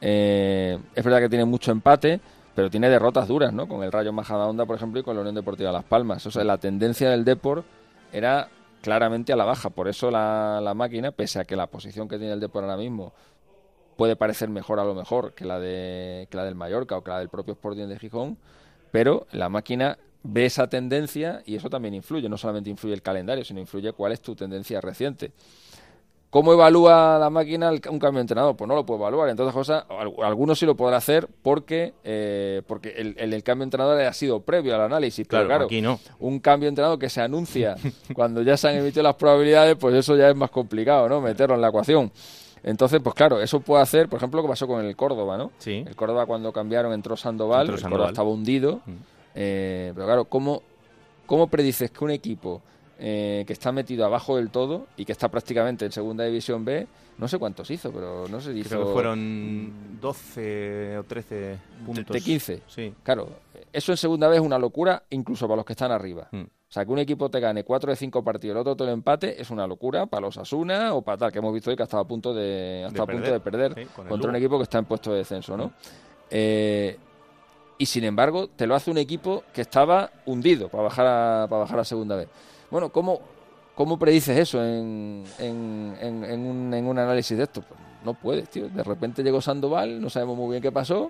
G: Eh, es verdad que tiene mucho empate, pero tiene derrotas duras, ¿no? Con el Rayo Majadahonda, por ejemplo, y con la Unión Deportiva Las Palmas. O sea, la tendencia del Depor era claramente a la baja. Por eso la, la máquina, pese a que la posición que tiene el Depor ahora mismo puede parecer mejor a lo mejor que la de que la del Mallorca o que la del propio Sporting de Gijón, pero la máquina ve esa tendencia y eso también influye. No solamente influye el calendario, sino influye cuál es tu tendencia reciente. ¿Cómo evalúa la máquina un cambio de entrenador? Pues no lo puede evaluar. Entre otras cosas, algunos sí lo podrá hacer porque eh, porque el, el, el cambio de entrenador ha sido previo al análisis.
B: Claro,
G: pero claro,
B: aquí no.
G: Un cambio de entrenador que se anuncia cuando ya se han emitido las probabilidades, pues eso ya es más complicado, ¿no? Meterlo en la ecuación. Entonces, pues claro, eso puede hacer, por ejemplo, lo que pasó con el Córdoba, ¿no?
B: Sí.
G: El Córdoba cuando cambiaron entró Sandoval, entró Sandoval. El Córdoba estaba hundido. Mm. Eh, pero claro, ¿cómo, ¿cómo predices que un equipo... Eh, que está metido abajo del todo y que está prácticamente en segunda división B, no sé cuántos hizo, pero no sé si hizo...
B: Creo que fueron doce o trece puntos.
G: De quince.
B: Sí.
G: Claro, eso en segunda B es una locura, incluso para los que están arriba.
B: Mm.
G: O sea, que un equipo te gane cuatro de cinco partidos, el otro te lo empate, es una locura para los Asuna o para tal, que hemos visto hoy que ha estado a punto de, hasta de a punto de perder sí, contra un equipo que está en puesto de descenso, ¿no? Mm. Eh, y sin embargo te lo hace un equipo que estaba hundido para bajar a, para bajar a segunda vez. Bueno, ¿cómo, cómo predices eso en, en, en, en, un, en un análisis de esto? Pues no puedes, tío. De repente llegó Sandoval, no sabemos muy bien qué pasó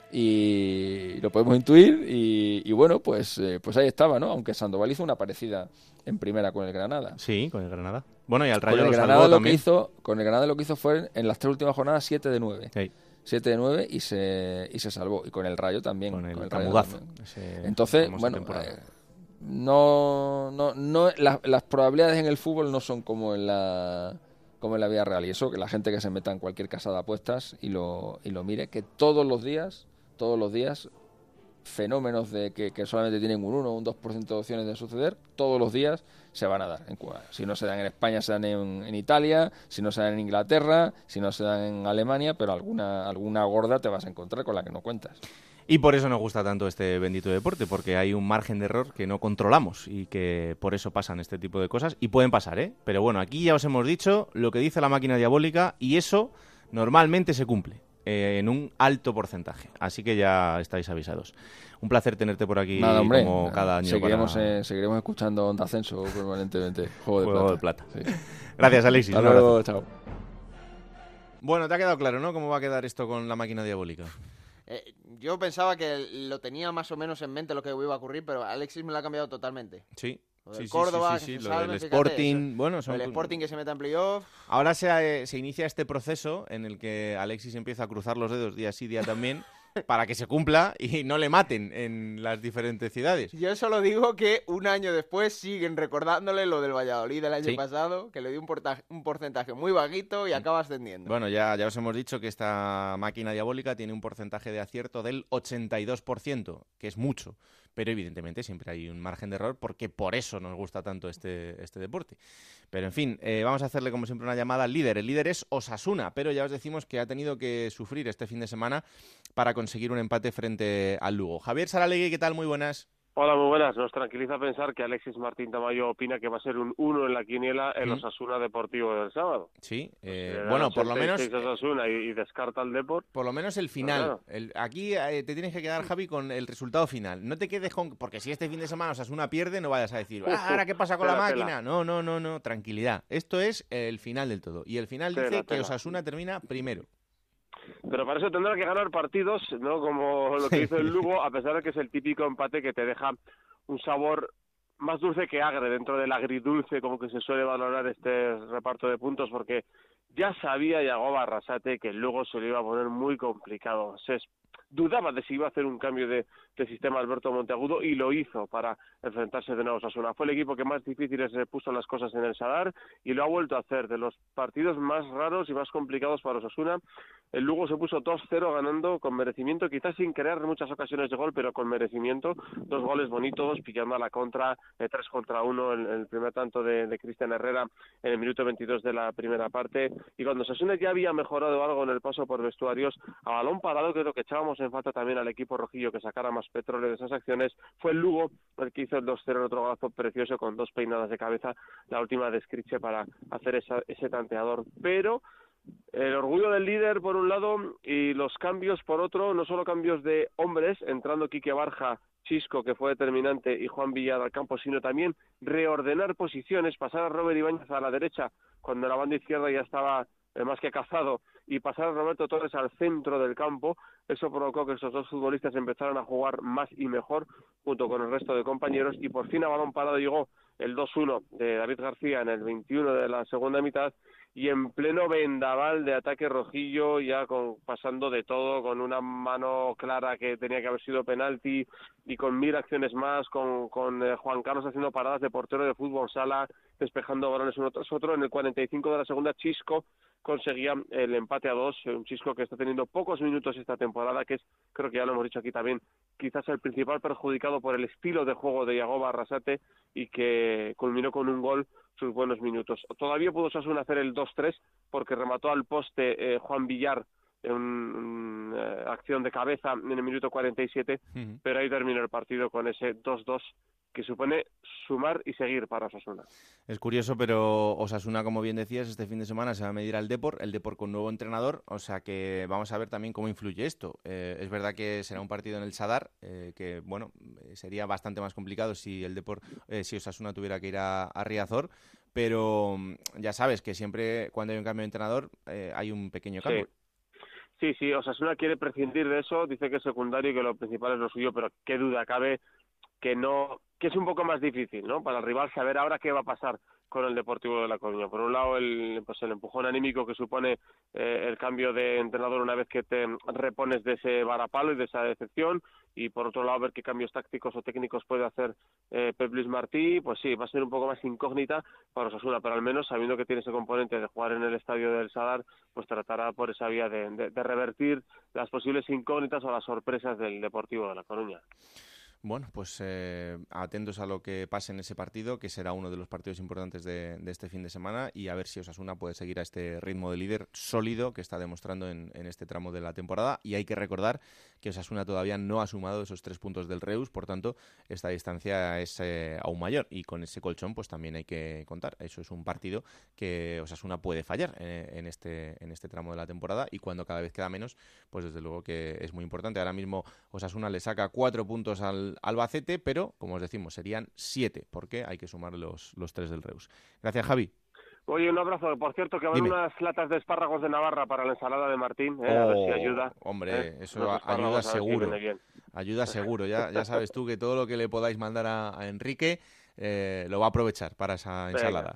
G: y lo podemos intuir y, y bueno, pues, eh, pues ahí estaba, ¿no? Aunque Sandoval hizo una parecida en primera con el Granada.
B: Sí, con el Granada. Bueno, y al Rayo
G: con el
B: lo
G: Granada
B: salvó
G: lo
B: también.
G: que hizo, con el Granada lo que hizo fue en las tres últimas jornadas siete de nueve.
B: Sí.
G: siete de nueve y se, y se salvó. Y con el Rayo también.
B: Con el,
G: con el
B: Camudazo.
G: Rayo
B: Ese
G: Entonces, bueno, eh, no, no, no la, las probabilidades en el fútbol no son como en la como en la vida real. Y eso, que la gente que se meta en cualquier casa de apuestas y lo, y lo mire, que todos los días, todos los días, fenómenos de que, que solamente tienen un uno o un dos por ciento de opciones de suceder, todos los días se van a dar en Cuba. Si no se dan en España, se dan en, en Italia, si no se dan en Inglaterra, si no se dan en Alemania, pero alguna, alguna gorda te vas a encontrar con la que no cuentas.
B: Y por eso nos gusta tanto este bendito deporte, porque hay un margen de error que no controlamos y que por eso pasan este tipo de cosas. Y pueden pasar, ¿eh? Pero bueno, aquí ya os hemos dicho lo que dice la máquina diabólica y eso normalmente se cumple eh, en un alto porcentaje. Así que ya estáis avisados. Un placer tenerte por aquí.
G: Nada, hombre,
B: como cada año.
G: Seguiremos,
B: para...
G: eh, seguiremos escuchando Onda Ascenso permanentemente. Juego de
B: Juego
G: plata.
B: de plata.
G: Sí.
B: Gracias, Alexis.
G: Hasta luego, chao.
B: Bueno, te ha quedado claro, ¿no? ¿Cómo va a quedar esto con la máquina diabólica?
F: Eh, yo pensaba que lo tenía más o menos en mente lo que iba a ocurrir, pero Alexis me lo ha cambiado totalmente.
B: Sí.
F: Lo del
B: sí, sí,
F: Córdoba,
B: sí, sí,
F: que
B: sí,
F: se
B: lo
F: salve,
B: del
F: fíjate,
B: Sporting,
F: eso.
B: bueno, son...
F: El Sporting que se meta en playoff.
B: Ahora se, se inicia este proceso en el que Alexis empieza a cruzar los dedos día sí, día también, para que se cumpla y no le maten en las diferentes ciudades.
F: Yo solo digo que un año después siguen recordándole lo del Valladolid del año
B: Sí.
F: pasado, que le dio un, porta- un porcentaje muy bajito y acaba ascendiendo.
B: Bueno, ya, ya os hemos dicho que esta máquina diabólica tiene un porcentaje de acierto del ochenta y dos por ciento, que es mucho, pero evidentemente siempre hay un margen de error porque por eso nos gusta tanto este, este deporte. Pero en fin, eh, vamos a hacerle como siempre una llamada al líder. El líder es Osasuna, pero ya os decimos que ha tenido que sufrir este fin de semana para conseguir un empate frente al Lugo. Javier Saralegui, ¿qué tal? Muy buenas.
H: Hola, muy buenas. Nos tranquiliza pensar que Alexis Martín Tamayo opina que va a ser un uno en la quiniela el
B: ¿Mm?
H: Osasuna Deportivo del sábado.
B: Sí, eh,
H: Le da
B: bueno, por lo
H: ochenta y
B: menos...
H: seis Osasuna y, y descarta el Deport.
B: Por lo menos el final.
H: Claro.
B: El, aquí eh, te tienes que quedar, Javi, con el resultado final. No te quedes con... Porque si este fin de semana Osasuna pierde, no vayas a decir, ah, ¿ahora qué pasa con
H: Tela,
B: la
H: tela.
B: máquina? No, no, no, no, tranquilidad. Esto es el final del todo. Y el final
H: Tela,
B: dice que
H: tela.
B: Osasuna termina primero.
H: Pero para eso tendrá que ganar partidos, ¿no? Como lo que hizo el Lugo, a pesar de que es el típico empate que te deja un sabor más dulce que agre dentro del agridulce, como que se suele valorar este reparto de puntos, porque ya sabía Yagoba Arrasate que el Lugo se lo iba a poner muy complicado. Se es- dudaba de si iba a hacer un cambio de, de sistema Alberto Monteagudo y lo hizo para enfrentarse de nuevo a Osasuna. Fue el equipo que más difíciles le puso las cosas en el Sadar y lo ha vuelto a hacer. De los partidos más raros y más complicados para Osasuna, el Lugo se puso dos cero ganando con merecimiento, quizás sin crear muchas ocasiones de gol, pero con merecimiento. Dos goles bonitos, pillando a la contra, eh, tres contra uno, el, el primer tanto de, de Cristian Herrera en el minuto veintidós de la primera parte. Y cuando Osasuna ya había mejorado algo en el paso por vestuarios, a balón parado, que es lo que echábamos en falta también al equipo rojillo, que sacara más petróleo de esas acciones, fue el Lugo el que hizo el dos cero en otro golazo precioso con dos peinadas de cabeza, la última de Scriche para hacer esa, ese tanteador. Pero el orgullo del líder por un lado y los cambios por otro, no solo cambios de hombres, entrando Quique Barja, Chisco, que fue determinante, y Juan Villar al campo, sino también reordenar posiciones, pasar a Robert Ibáñez a la derecha cuando la banda izquierda ya estaba eh, más que cazado, y pasar a Roberto Torres al centro del campo. Eso provocó que estos dos futbolistas empezaran a jugar más y mejor junto con el resto de compañeros, y por fin a balón parado llegó el dos uno de David García en el veintiuno de la segunda mitad, y en pleno vendaval de ataque rojillo, ya con, pasando de todo, con una mano clara que tenía que haber sido penalti y con mil acciones más, con, con eh, Juan Carlos haciendo paradas de portero de fútbol sala, despejando balones uno tras otro. En el cuarenta y cinco de la segunda, Chisco conseguía el empate a dos, un Chisco que está teniendo pocos minutos esta temporada, que es, creo que ya lo hemos dicho aquí también, quizás el principal perjudicado por el estilo de juego de Yagoba Arrasate, y que culminó con un gol sus buenos minutos. Todavía pudo Osasuna hacer el dos tres porque remató al poste eh, Juan Villar en una eh, acción de cabeza en el minuto cuarenta y siete,
B: Uh-huh.
H: pero ahí terminó el partido con ese dos dos que supone sumar y seguir para Osasuna.
B: Es curioso, pero Osasuna, como bien decías, este fin de semana se va a medir al Depor, el Depor con nuevo entrenador, o sea que vamos a ver también cómo influye esto. Eh, es verdad que será un partido en el Sadar, eh, que bueno, sería bastante más complicado si el Depor, eh, si Osasuna tuviera que ir a, a Riazor, pero ya sabes que siempre cuando hay un cambio de entrenador eh, hay un pequeño cambio.
H: Sí. Sí, sí, Osasuna quiere prescindir de eso, dice que es secundario y que lo principal es lo suyo, pero qué duda cabe que no, que es un poco más difícil, ¿no? Para el rival saber ahora qué va a pasar con el Deportivo de La Coruña. Por un lado, el, pues el empujón anímico que supone eh, el cambio de entrenador una vez que te repones de ese varapalo y de esa decepción, y por otro lado, ver qué cambios tácticos o técnicos puede hacer eh, Pep Luis Martí, pues sí, va a ser un poco más incógnita para Osasuna, pero al menos sabiendo que tiene ese componente de jugar en el estadio del Sadar, pues tratará por esa vía de, de, de revertir las posibles incógnitas o las sorpresas del Deportivo de La Coruña.
B: Bueno, pues eh, atentos a lo que pase en ese partido, que será uno de los partidos importantes de, de este fin de semana, y a ver si Osasuna puede seguir a este ritmo de líder sólido que está demostrando en, en este tramo de la temporada. Y hay que recordar que Osasuna todavía no ha sumado esos tres puntos del Reus, por tanto, esta distancia es eh, aún mayor, y con ese colchón pues también hay que contar. Eso es un partido que Osasuna puede fallar eh, en, este, en este tramo de la temporada, y cuando cada vez queda menos, pues desde luego que es muy importante. Ahora mismo Osasuna le saca cuatro puntos al Albacete, pero, como os decimos, serían siete, porque hay que sumar los, los tres del Reus. Gracias, Javi.
H: Oye, un abrazo. Por cierto, que van
B: Dime.
H: unas latas de espárragos de Navarra para la ensalada de Martín, ¿eh? Oh, a ver si ayuda.
B: Hombre,
H: ¿eh?
B: eso ayuda seguro. Ayuda seguro. Ya, ya sabes tú que todo lo que le podáis mandar a, a Enrique eh, lo va a aprovechar para esa ensalada.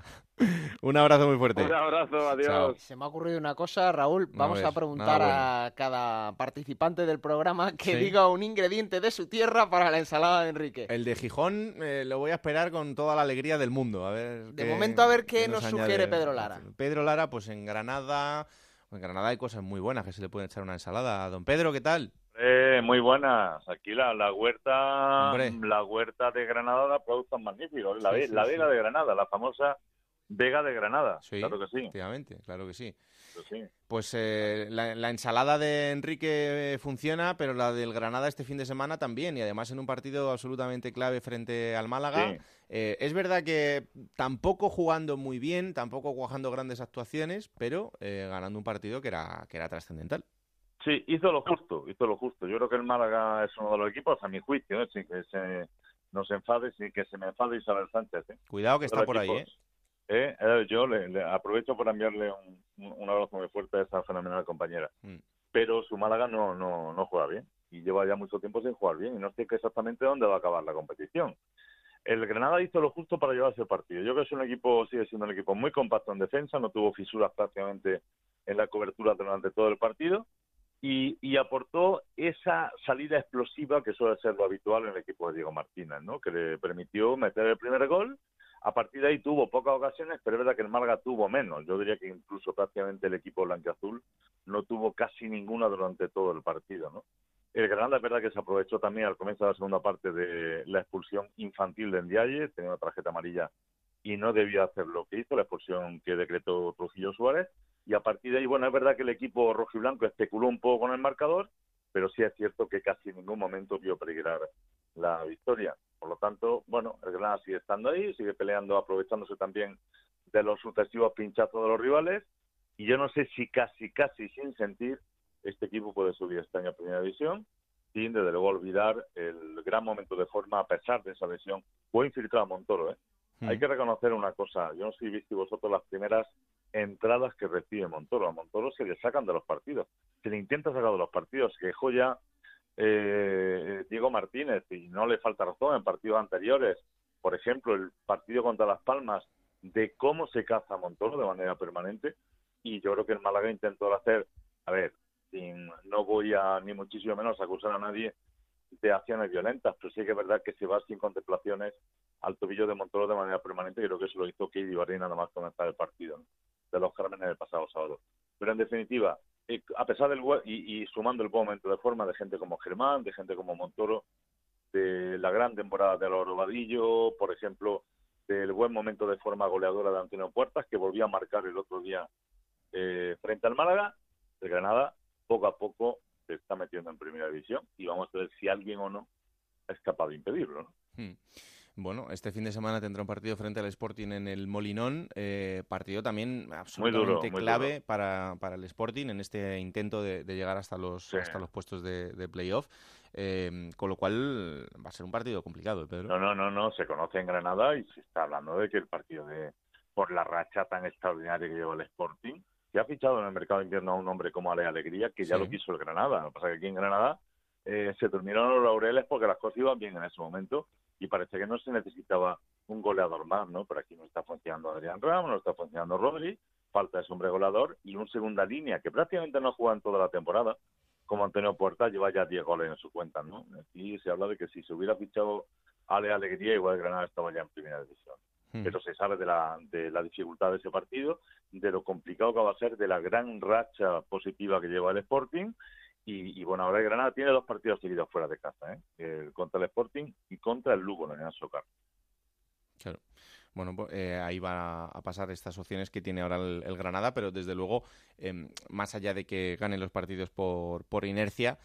B: Un abrazo muy fuerte.
H: Un abrazo, adiós.
B: Chao.
F: Se me ha ocurrido una cosa, Raúl. Vamos a, ver, a preguntar bueno. a cada participante del programa que ¿Sí? diga un ingrediente de su tierra para la ensalada de Enrique.
B: El de Gijón eh, lo voy a esperar con toda la alegría del mundo. A ver
F: de
B: qué,
F: momento, a ver qué, qué nos, nos
B: sugiere
F: Pedro Lara.
B: Pedro Lara, pues en Granada... En Granada hay cosas muy buenas que se le pueden echar una ensalada. Don Pedro, ¿qué tal?
I: Eh, muy buenas. Aquí la, la huerta Hombre. la huerta de Granada da productos magníficos. La, sí, sí, la Vega sí. de Granada, la famosa Vega de Granada.
B: Sí,
I: claro que sí.
B: Efectivamente, claro que sí.
I: Pues, sí.
B: pues eh, la, la ensalada de Enrique funciona, pero la del Granada este fin de semana también, y además en un partido absolutamente clave frente al Málaga. Sí. Eh, es verdad que tampoco jugando muy bien, tampoco cuajando grandes actuaciones, pero eh, ganando un partido que era, que era trascendental.
I: Sí, hizo lo justo, hizo lo justo. Yo creo que el Málaga es uno de los equipos, a mi juicio, ¿eh? Sin que se nos enfade, sin que se me enfade Isabel Sánchez. ¿eh?
B: Cuidado que está por
I: equipos,
B: ahí, ¿eh?
I: ¿eh? Eh, yo le, le aprovecho por enviarle un, un abrazo muy fuerte a esa fenomenal compañera. Mm. Pero su Málaga no, no, no juega bien, y lleva ya mucho tiempo sin jugar bien, y no sé exactamente dónde va a acabar la competición. El Granada hizo lo justo para llevarse el partido. Yo creo que es un equipo, sigue siendo un equipo muy compacto en defensa, no tuvo fisuras prácticamente en la cobertura durante todo el partido, y, y aportó esa salida explosiva que suele ser lo habitual en el equipo de Diego Martínez, ¿no? Que le permitió meter el primer gol. A partir de ahí tuvo pocas ocasiones, pero es verdad que el Málaga tuvo menos. Yo diría que incluso prácticamente el equipo blanquiazul no tuvo casi ninguna durante todo el partido, ¿no? El Granada es verdad que se aprovechó también al comienzo de la segunda parte de la expulsión infantil de Ndiaye, tenía una tarjeta amarilla y no debió hacer lo que hizo, la expulsión que decretó Trujillo Suárez, y a partir de ahí, bueno, es verdad que el equipo rojiblanco especuló un poco con el marcador, pero sí es cierto que casi en ningún momento vio peligrar la victoria. Por lo tanto, bueno, el Granada sigue estando ahí, sigue peleando, aprovechándose también de los sucesivos pinchazos de los rivales, y yo no sé si casi, casi sin sentir, este equipo puede subir este año a Primera División, sin desde luego olvidar el gran momento de forma a pesar de esa lesión. Fue infiltrado a Montoro, ¿eh? Mm. Hay que reconocer una cosa, yo no sé si visteis vosotros las primeras entradas que recibe Montoro. A Montoro se le sacan de los partidos, se le intenta sacar de los partidos, que joya eh, Diego Martínez, y no le falta razón en partidos anteriores, por ejemplo, el partido contra Las Palmas, de cómo se caza a Montoro de manera permanente, y yo creo que el Málaga intentó hacer, a ver, sin, no voy a ni muchísimo menos a acusar a nadie de acciones violentas, pero sí que es verdad que se va sin contemplaciones al tobillo de Montoro de manera permanente, y creo que eso lo hizo Keidi Barry nada más comenzar el partido, ¿no? De los Cármenes del pasado sábado. Pero en definitiva, eh, a pesar del y, y sumando el buen momento de forma de gente como Germán, de gente como Montoro, de la gran temporada de Álvaro Vadillo, por ejemplo, del buen momento de forma goleadora de Antonio Puertas, que volvió a marcar el otro día eh, frente al Málaga, el Granada poco a poco se está metiendo en Primera División, y vamos a ver si alguien o no es capaz de impedirlo, ¿no?
B: Hmm. Bueno, este fin de semana tendrá un partido frente al Sporting en el Molinón, eh, partido también absolutamente
I: muy duro, muy
B: clave
I: duro.
B: Para, para el Sporting en este intento de, de llegar hasta los,
I: Sí.
B: hasta los puestos de, de playoff, eh, con lo cual va a ser un partido complicado, ¿eh, Pedro?
I: No, no, no, no, se conoce en Granada y se está hablando de que el partido de por la racha tan extraordinaria que lleva el Sporting, que ha fichado en el mercado de invierno a un hombre como Ale Alegría, que ya
B: Sí.
I: lo quiso el Granada. Lo que pasa es que aquí en Granada eh, se durmieron los laureles porque las cosas iban bien en ese momento y parece que no se necesitaba un goleador más, ¿no? Pero aquí no está funcionando Adrián Ramos, no está funcionando Rodri, falta ese hombre goleador y un segunda línea que prácticamente no juega en toda la temporada, como Antonio Puerta, lleva ya diez goles en su cuenta, ¿no? Aquí se habla de que si se hubiera fichado Ale Alegría, igual el Granada estaba ya en primera división.
B: Hmm.
I: Pero se sabe de la, de la dificultad de ese partido, de lo complicado que va a ser, de la gran racha positiva que lleva el Sporting. Y, y bueno, ahora el Granada tiene dos partidos seguidos fuera de casa, ¿eh? El, contra el Sporting y contra el Lugo, en el Socar.
B: Claro. Bueno, pues, eh, ahí va a pasar estas opciones que tiene ahora el, el Granada, pero desde luego, eh, más allá de que ganen los partidos por, por inercia,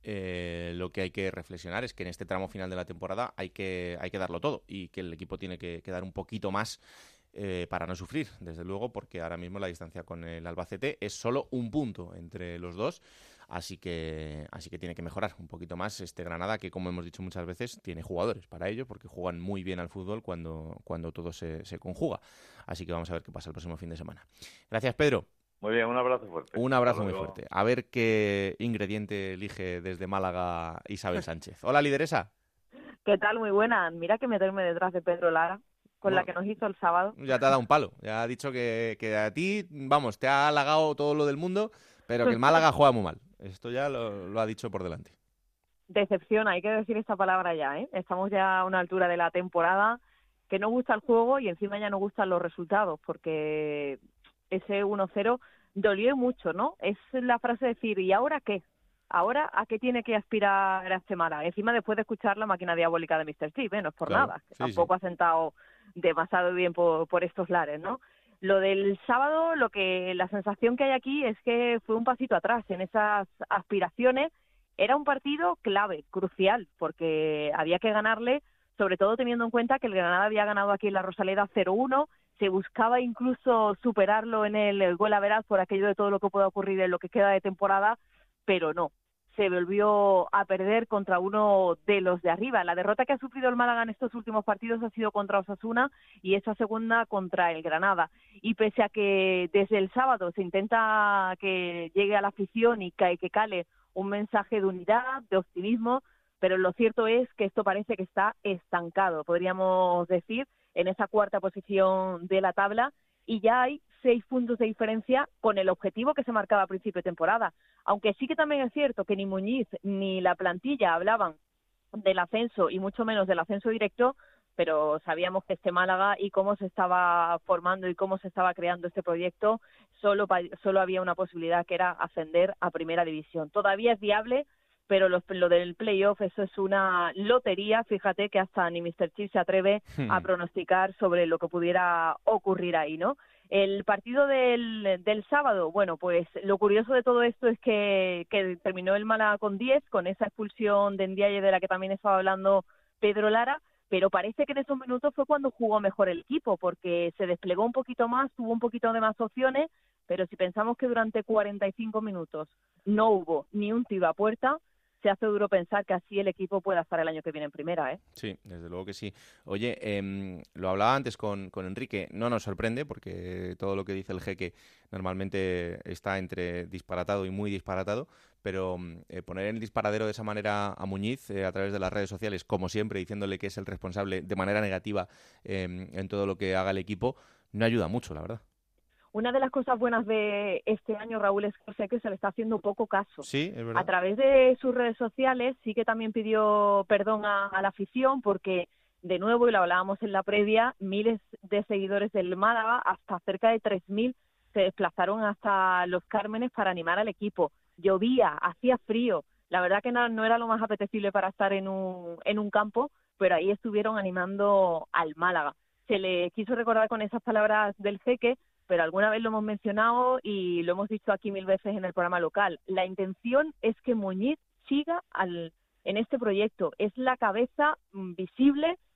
B: eh, lo que hay que reflexionar es que en este tramo final de la temporada hay que, hay que darlo todo y que el equipo tiene que, que dar un poquito más eh, para no sufrir, desde luego, porque ahora mismo la distancia con el Albacete es solo un punto entre los dos. Así que, así que tiene que mejorar un poquito más este Granada, que como hemos dicho muchas veces, tiene jugadores para ello, porque juegan muy bien al fútbol cuando, cuando todo se, se conjuga. Así que vamos a ver qué pasa el próximo fin de semana. Gracias, Pedro.
I: Muy bien, un abrazo fuerte.
B: Un abrazo
I: Hasta
B: muy
I: luego.
B: fuerte. A ver qué ingrediente elige desde Málaga Isabel Sánchez. Hola, lideresa.
J: ¿Qué tal? Muy buena. Mira que meterme detrás de Pedro Lara, con
B: Bueno.
J: la que nos hizo el sábado.
B: Ya te ha dado un palo. Ya ha dicho que, que a ti, vamos, te ha halagado todo lo del mundo, pero que el Málaga juega muy mal. Esto ya lo, lo ha dicho por delante.
J: Decepción, hay que decir esta palabra ya, ¿eh? Estamos ya a una altura de la temporada que no gusta el juego y encima ya no gustan los resultados, porque ese uno cero dolió mucho, ¿no? Es la frase de decir, ¿y ahora qué? ¿Ahora a qué tiene que aspirar a este Málaga? Encima después de escuchar la máquina diabólica de míster Chip, ¿eh? No es por
B: Claro,
J: nada, que
B: sí,
J: tampoco
B: sí.
J: ha sentado demasiado bien por, por estos lares, ¿no? Lo del sábado, lo que la sensación que hay aquí es que fue un pasito atrás en esas aspiraciones. Era un partido clave, crucial, porque había que ganarle, sobre todo teniendo en cuenta que el Granada había ganado aquí en la Rosaleda cero uno, se buscaba incluso superarlo en el gol average por aquello de todo lo que pueda ocurrir en lo que queda de temporada, pero no. Se volvió a perder contra uno de los de arriba. La derrota que ha sufrido el Málaga en estos últimos partidos ha sido contra Osasuna y esa segunda contra el Granada. Y pese a que desde el sábado se intenta que llegue a la afición y que, que cale un mensaje de unidad, de optimismo, pero lo cierto es que esto parece que está estancado, podríamos decir, en esa cuarta posición de la tabla, y ya hay seis puntos de diferencia con el objetivo que se marcaba a principio de temporada. Aunque sí que también es cierto que ni Muñiz ni la plantilla hablaban del ascenso y mucho menos del ascenso directo, pero sabíamos que este Málaga y cómo se estaba formando y cómo se estaba creando este proyecto, solo, solo había una posibilidad que era ascender a primera división. Todavía es viable, pero los, lo del playoff, eso es una lotería. Fíjate que hasta ni míster Chip se atreve
B: Hmm.
J: a pronosticar sobre lo que pudiera ocurrir ahí, ¿no? El partido del, del sábado, bueno, pues lo curioso de todo esto es que, que terminó el Málaga con diez, con esa expulsión de Ndiaye de la que también estaba hablando Pedro Lara, pero parece que en esos minutos fue cuando jugó mejor el equipo, porque se desplegó un poquito más, tuvo un poquito de más opciones, pero si pensamos que durante cuarenta y cinco minutos no hubo ni un tiro a puerta, se hace duro pensar que así el equipo pueda estar el año que viene en primera, ¿eh?
B: Sí, desde luego que sí. Oye, eh, lo hablaba antes con, con Enrique, no nos sorprende porque todo lo que dice el Jeque normalmente está entre disparatado y muy disparatado, pero eh, poner en el disparadero de esa manera a Muñiz eh, a través de las redes sociales, como siempre, diciéndole que es el responsable de manera negativa eh, en todo lo que haga el equipo, no ayuda mucho, la verdad.
J: Una de las cosas buenas de este año, Raúl, es que se le está haciendo poco caso.
B: Sí, es verdad.
J: A través de sus redes sociales sí que también pidió perdón a, a la afición porque, de nuevo, y lo hablábamos en la previa, miles de seguidores del Málaga, hasta cerca de tres mil, se desplazaron hasta Los Cármenes para animar al equipo. Llovía, hacía frío. La verdad que no, no era lo más apetecible para estar en un, en un campo, pero ahí estuvieron animando al Málaga. Se le quiso recordar con esas palabras del Jeque, pero alguna vez lo hemos mencionado y lo hemos dicho aquí mil veces en el programa local. La intención es que Muñiz siga al, en este proyecto. Es la cabeza visible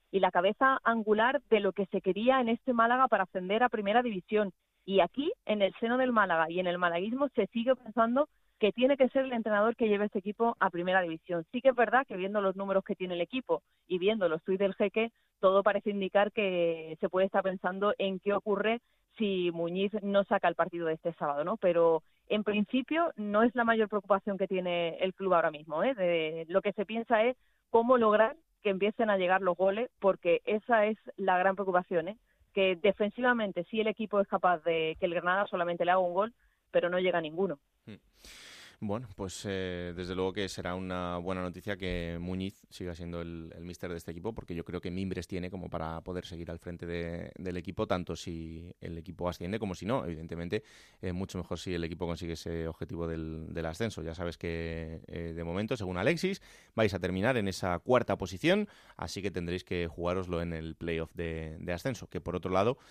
J: y la cabeza angular de lo que se quería en este Málaga para ascender a Primera División. Y aquí, en el seno del Málaga y en el malaguismo, se sigue pensando que tiene que ser el entrenador que lleve este equipo a Primera División. Sí que es verdad que viendo los números que tiene el equipo y viendo los tuits del Jeque, todo parece indicar que se puede estar pensando en qué ocurre si Muñiz no saca el partido de este sábado, ¿no? Pero en principio no es la mayor preocupación que tiene el club ahora mismo, ¿eh? De, lo que se piensa es cómo lograr que empiecen a llegar los goles, porque esa es la gran preocupación, ¿eh? Que defensivamente sí el equipo es capaz de que el Granada solamente le haga un gol, pero no llega a ninguno.
B: Bueno, pues eh, desde luego que será una buena noticia que Muñiz siga siendo el, el míster de este equipo, porque yo creo que mimbres tiene como para poder seguir al frente de, del equipo, tanto si el equipo asciende como si no. Evidentemente, eh, mucho mejor si el equipo consigue ese objetivo del, del ascenso. Ya sabes que eh, de momento, según Alexis, vais a terminar en esa cuarta posición, así que tendréis que jugároslo en el playoff de, de ascenso, que por otro lado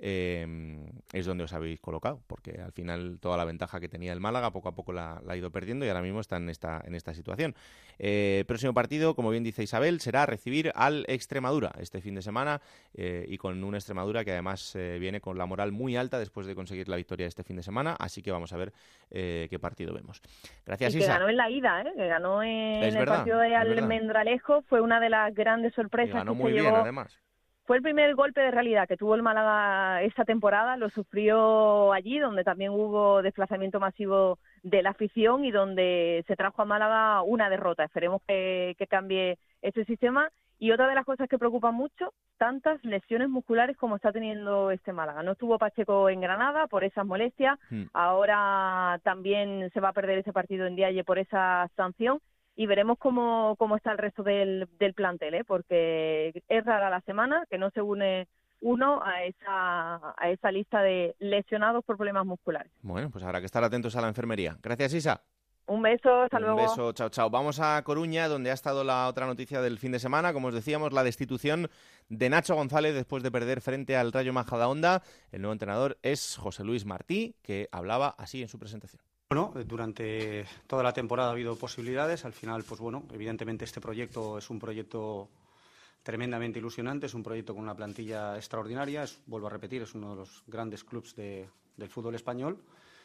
B: eh, es donde os habéis colocado, porque al final toda la ventaja que tenía el Málaga poco a poco la, la ha ido perdiendo y ahora mismo está en esta, en esta situación. Eh, próximo partido, como bien dice Isabel, será recibir al Extremadura este fin de semana eh, y con una Extremadura que además eh, viene con la moral muy alta después de conseguir la victoria este fin de semana, así que vamos a ver eh, qué partido vemos. Gracias,
J: y que
B: Isa.
J: ganó en la ida, ¿eh? Que ganó en
B: Es
J: el
B: verdad,
J: partido de
B: es verdad.
J: Almendralejo, fue una de las grandes sorpresas
B: Y ganó
J: que
B: muy
J: se
B: bien,
J: llevó.
B: además.
J: Fue el primer golpe de realidad que tuvo el Málaga esta temporada, lo sufrió allí, donde también hubo desplazamiento masivo de la afición y donde se trajo a Málaga una derrota. Esperemos que, que cambie ese sistema. Y otra de las cosas que preocupa mucho, tantas lesiones musculares como está teniendo este Málaga. No estuvo Pacheco en Granada por esas molestias,
B: Mm.
J: ahora también se va a perder ese partido en Dialle por esa sanción. Y veremos cómo, cómo está el resto del, del plantel, ¿eh? Porque es rara la semana que no se une uno a esa, a esa lista de lesionados por problemas musculares.
B: Bueno, pues habrá que estar atentos a la enfermería. Gracias, Isa.
J: Un beso, hasta
B: Un
J: luego.
B: beso, chao, chao. Vamos a Coruña, donde ha estado la otra noticia del fin de semana. Como os decíamos, la destitución de Nacho González después de perder frente al Rayo Majadahonda. El nuevo entrenador es José Luis Martí, que hablaba así en su presentación.
K: Bueno, durante toda la temporada ha habido posibilidades. Al final, pues bueno, evidentemente este proyecto es un proyecto tremendamente ilusionante, es un proyecto con una plantilla extraordinaria. Es, vuelvo a repetir, es uno de los grandes clubes de, del fútbol español.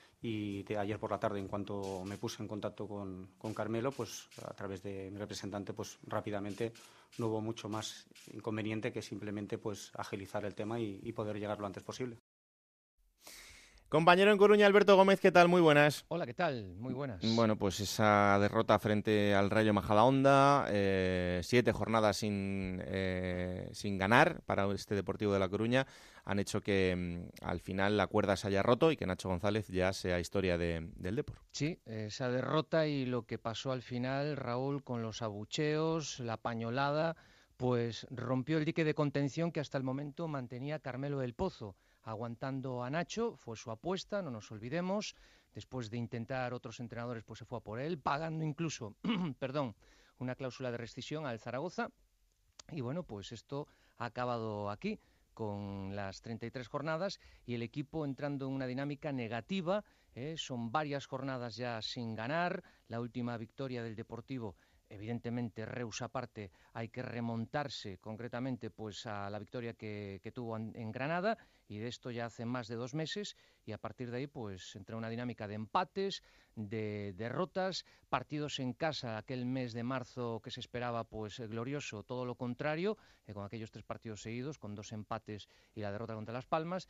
K: Y de ayer por la tarde, en cuanto me puse en contacto con, con Carmelo, pues a través de mi representante, pues rápidamente no hubo mucho más inconveniente que simplemente pues agilizar el tema y, y poder llegar lo antes posible.
B: Compañero en Coruña, Alberto Gómez, ¿qué tal? Muy buenas.
L: Hola, ¿qué tal? Muy buenas.
B: Bueno, pues esa derrota frente al Rayo Majadahonda, eh, siete jornadas sin, eh, sin ganar para este Deportivo de La Coruña, han hecho que mm, al final la cuerda se haya roto y que Nacho González ya sea historia de, del Depor.
L: Sí, esa derrota y lo que pasó al final, Raúl, con los abucheos, la pañolada, pues rompió el dique de contención que hasta el momento mantenía Carmelo del Pozo, aguantando a Nacho, fue su apuesta, no nos olvidemos, después de intentar otros entrenadores, pues se fue a por él, pagando incluso, perdón, una cláusula de rescisión al Zaragoza, y bueno, pues esto ha acabado aquí, con las treinta y tres jornadas, y el equipo entrando en una dinámica negativa, ¿eh? Son varias jornadas ya sin ganar, la última victoria del Deportivo, evidentemente, Reus aparte, hay que remontarse concretamente pues a la victoria que, que tuvo en, en Granada, y de esto ya hace más de dos meses, y a partir de ahí pues entra una dinámica de empates, de derrotas, partidos en casa, aquel mes de marzo que se esperaba pues glorioso, todo lo contrario, eh, con aquellos tres partidos seguidos, con dos empates y la derrota contra Las Palmas,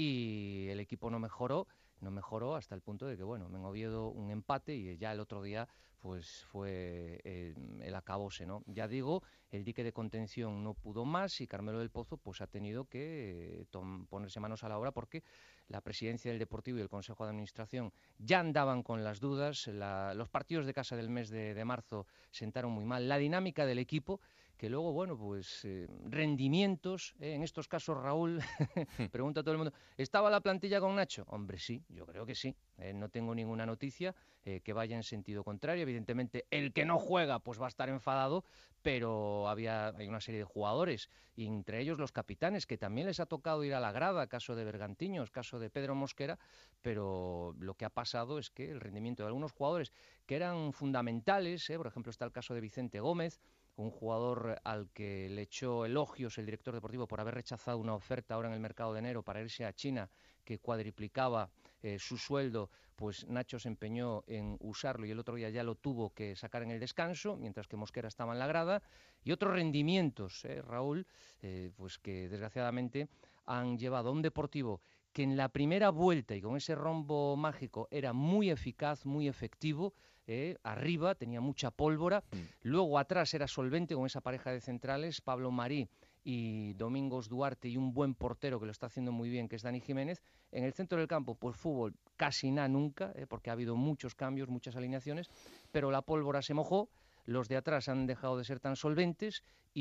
L: y el equipo no mejoró, no mejoró hasta el punto de que, bueno, en Oviedo un empate y ya el otro día pues fue eh, el acabose, ¿no? Ya digo, el dique de contención no pudo más y Carmelo del Pozo pues ha tenido que eh, tom- ponerse manos a la obra porque la presidencia del Deportivo y el Consejo de Administración ya andaban con las dudas, la, los partidos de casa del mes de, de marzo sentaron muy mal, la dinámica del equipo, que luego, bueno, pues eh, rendimientos, eh, en estos casos, Raúl, pregunta a todo el mundo, ¿estaba la plantilla con Nacho? Hombre, sí, yo creo que sí, eh, no tengo ninguna noticia eh, que vaya en sentido contrario, evidentemente el que no juega pues va a estar enfadado, pero había hay una serie de jugadores, y entre ellos los capitanes, que también les ha tocado ir a la grada, caso de Bergantiños, caso de Pedro Mosquera, pero lo que ha pasado es que el rendimiento de algunos jugadores que eran fundamentales, eh, por ejemplo está el caso de Vicente Gómez, un jugador al que le echó elogios el director deportivo por haber rechazado una oferta ahora en el mercado de enero para irse a China que cuadriplicaba eh, su sueldo, pues Nacho se empeñó en usarlo y el otro día ya lo tuvo que sacar en el descanso, mientras que Mosquera estaba en la grada, y otros rendimientos, eh, Raúl, eh, pues que desgraciadamente han llevado a un Deportivo que en la primera vuelta y con ese rombo mágico era muy eficaz, muy efectivo, eh, arriba tenía mucha pólvora, mm. luego atrás era solvente con esa pareja de centrales, Pablo Marí y Domingos Duarte, y un buen portero que lo está haciendo muy bien, que es Dani Jiménez. En el centro del campo, pues fútbol casi nada nunca, eh, porque ha habido muchos cambios, muchas alineaciones, pero la pólvora se mojó, los de atrás han dejado de ser tan solventes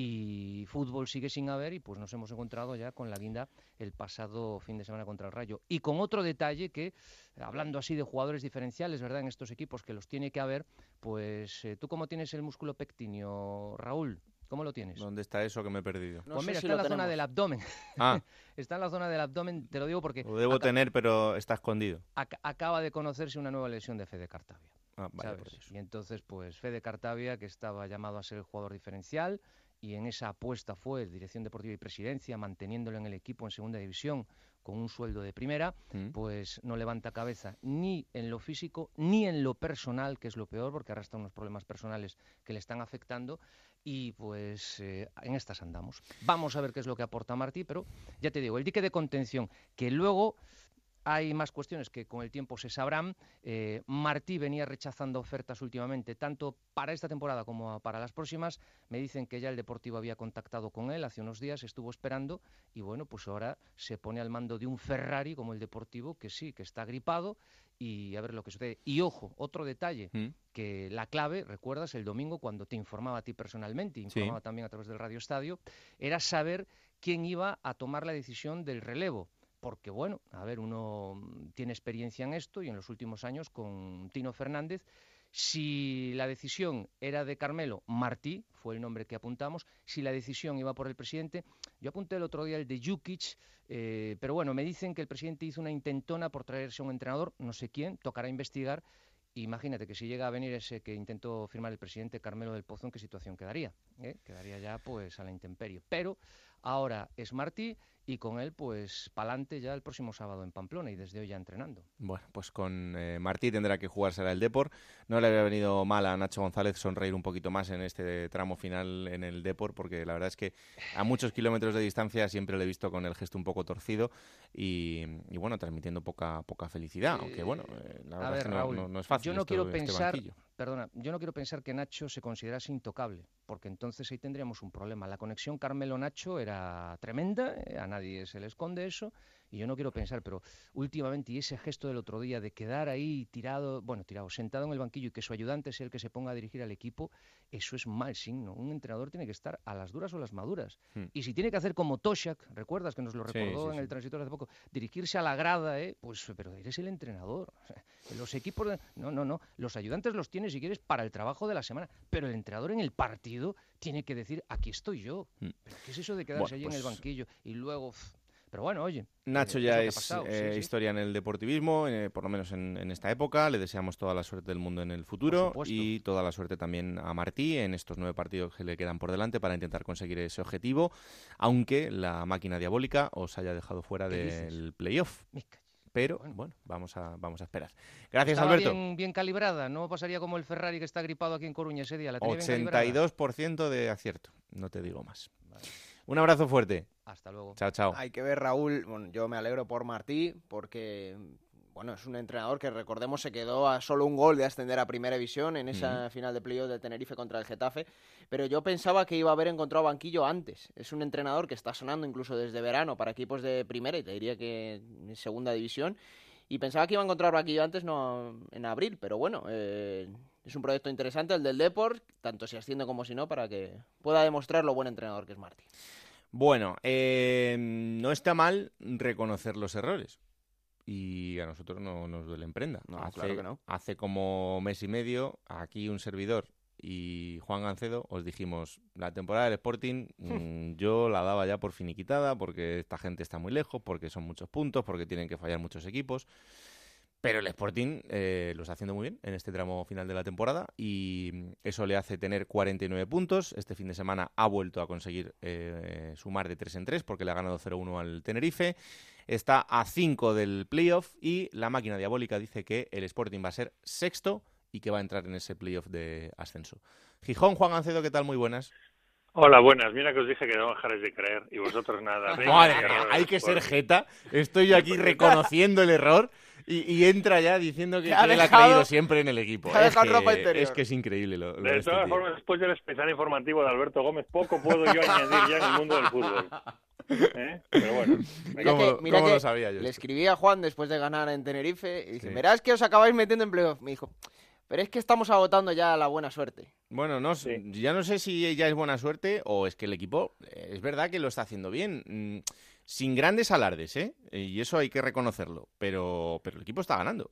L: y fútbol sigue sin haber, y pues nos hemos encontrado ya con la guinda el pasado fin de semana contra el Rayo. Y con otro detalle que, hablando así de jugadores diferenciales, ¿verdad?, en estos equipos que los tiene que haber, pues eh, ¿tú cómo tienes el músculo pectíneo, Raúl? ¿Cómo lo tienes?
B: ¿Dónde está eso que me he perdido?
L: No pues mira, si está en la tenemos. zona del abdomen.
B: Ah.
L: Está en la zona del abdomen, te lo digo porque...
B: Lo debo tener, pero está escondido.
L: Ac acaba de conocerse una nueva lesión de Fede Cartavia.
B: Ah, vale,
L: ¿sabes? Y entonces, pues Fede Cartavia, que estaba llamado a ser el jugador diferencial, y en esa apuesta fue dirección deportiva y presidencia, manteniéndolo en el equipo en segunda división con un sueldo de primera, mm. pues no levanta cabeza ni en lo físico ni en lo personal, que es lo peor, porque arrastra unos problemas personales que le están afectando, y pues eh, en estas andamos. Vamos a ver qué es lo que aporta Martí, pero ya te digo, el dique de contención, que luego... Hay más cuestiones que con el tiempo se sabrán. Eh, Martí venía rechazando ofertas últimamente, tanto para esta temporada como para las próximas. Me dicen que ya el Deportivo había contactado con él hace unos días, estuvo esperando, y bueno, pues ahora se pone al mando de un Ferrari como el Deportivo, que sí, que está gripado, y a ver lo que sucede. Y ojo, otro detalle, ¿Mm? que la clave, recuerdas, el domingo cuando te informaba a ti personalmente, informaba sí. también a través del Radio Estadio, era saber quién iba a tomar la decisión del relevo. Porque, bueno, a ver, uno tiene experiencia en esto y en los últimos años con Tino Fernández. Si la decisión era de Carmelo, Martí fue el nombre que apuntamos. Si la decisión iba por el presidente, yo apunté el otro día el de Jukic, eh, pero bueno, me dicen que el presidente hizo una intentona por traerse a un entrenador, no sé quién, tocará investigar. Imagínate que si llega a venir ese que intentó firmar el presidente Carmelo del Pozo, ¿en qué situación quedaría? ¿Eh? Quedaría ya pues a la intemperie. Pero ahora es Martí, y con él, pues, pa'lante ya el próximo sábado en Pamplona, y desde hoy ya entrenando.
B: Bueno, pues con eh, Martí tendrá que jugársela el Depor. No le había venido mal a Nacho González sonreír un poquito más en este tramo final en el Depor, porque la verdad es que a muchos kilómetros de distancia siempre le he visto con el gesto un poco torcido y, y bueno, transmitiendo poca poca felicidad, eh, aunque bueno, eh, la verdad
L: ver,
B: es que no,
L: Raúl,
B: no, no es fácil.
L: Yo no
B: esto,
L: quiero
B: este
L: pensar...
B: banquillo.
L: Perdona, yo no quiero pensar que Nacho se considerase intocable, porque entonces ahí tendríamos un problema. La conexión Carmelo-Nacho era tremenda, eh, a nadie se le esconde eso, y yo no quiero pensar, pero últimamente, y ese gesto del otro día de quedar ahí tirado, bueno, tirado, sentado en el banquillo y que su ayudante sea el que se ponga a dirigir al equipo, eso es mal signo. Un entrenador tiene que estar a las duras o las maduras. Hmm. Y si tiene que hacer como Toshak, ¿recuerdas que nos lo recordó sí, sí, en el transitorio hace poco? Dirigirse a la grada, ¿eh? Pues, pero eres el entrenador. Los equipos, de... no, no, no, los ayudantes los tienes si quieres para el trabajo de la semana, pero el entrenador en el partido tiene que decir, aquí estoy yo. Hmm. ¿Pero qué es eso de quedarse bueno, allí pues... en el banquillo y luego... Pero bueno, oye...
B: Nacho
L: eh,
B: ya
L: es,
B: es
L: eh,
B: sí, historia sí. en el deportivismo, eh, por lo menos en, en esta época. Le deseamos toda la suerte del mundo en el futuro y toda la suerte también a Martí en estos nueve partidos que le quedan por delante para intentar conseguir ese objetivo, aunque la máquina diabólica os haya dejado fuera del playoff. Pero, bueno, bueno, vamos a vamos a esperar. Gracias,
L: Estaba
B: Alberto.
L: Bien, bien calibrada, no pasaría como el Ferrari que está gripado aquí en Coruña ese día. La
B: ochenta y dos por ciento de acierto, no te digo más. Vale. Un abrazo fuerte.
L: Hasta luego.
B: Chao, chao.
F: Hay que ver, Raúl, bueno, yo me alegro por Martí, porque bueno, es un entrenador que, recordemos, se quedó a solo un gol de ascender a Primera División en esa mm. final de playoff del Tenerife contra el Getafe, pero yo pensaba que iba a haber encontrado banquillo antes. Es un entrenador que está sonando incluso desde verano para equipos de Primera y te diría que en Segunda División, y pensaba que iba a encontrar banquillo antes, no en abril, pero bueno... Eh, es un proyecto interesante el del Depor, tanto si asciende como si no, para que pueda demostrar lo buen entrenador que es Martí.
B: Bueno, eh, no está mal reconocer los errores. Y a nosotros no nos duele en prenda.
F: No,
B: hace,
F: claro que no.
B: Hace como mes y medio, aquí un servidor y Juan Gancedo os dijimos, la temporada del Sporting mmm, yo la daba ya por finiquitada, porque esta gente está muy lejos, porque son muchos puntos, porque tienen que fallar muchos equipos. Pero el Sporting eh, lo está haciendo muy bien en este tramo final de la temporada y eso le hace tener cuarenta y nueve puntos. Este fin de semana ha vuelto a conseguir eh, sumar de tres en tres porque le ha ganado cero uno al Tenerife. Está a cinco del playoff y la máquina diabólica dice que el Sporting va a ser sexto y que va a entrar en ese playoff de ascenso. Gijón, Juan Gancedo, ¿qué tal? Muy buenas.
M: Hola, buenas. Mira que os dije que no dejaréis de creer y vosotros nada. Venga,
B: Madre
M: que
B: mía,
M: no,
B: hay que
M: por...
B: ser jeta. Estoy yo aquí reconociendo el error y, y entra ya diciendo que, que él ha
F: dejado,
B: creído siempre en el equipo.
F: Ha
B: es,
F: ropa
B: que, es que es increíble lo, lo
M: de, de
B: este
M: todas
B: tío.
M: formas, después del especial informativo de Alberto Gómez, poco puedo yo añadir ya en el mundo del fútbol. ¿Eh? Pero bueno.
F: Mira
B: ¿Cómo,
F: que, mira
B: cómo
F: que
B: lo sabía yo?
F: Le
B: Esto?
F: escribí a Juan después de ganar en Tenerife y dije,
B: Sí.
F: verás que os acabáis metiendo en playoff. Me dijo, pero es que estamos agotando ya la buena suerte.
B: Bueno, no,
M: Sí.
B: ya no sé si ya es buena suerte o es que el equipo, eh, es verdad que lo está haciendo bien, mm, sin grandes alardes, ¿eh? Y eso hay que reconocerlo, pero, pero el equipo está ganando.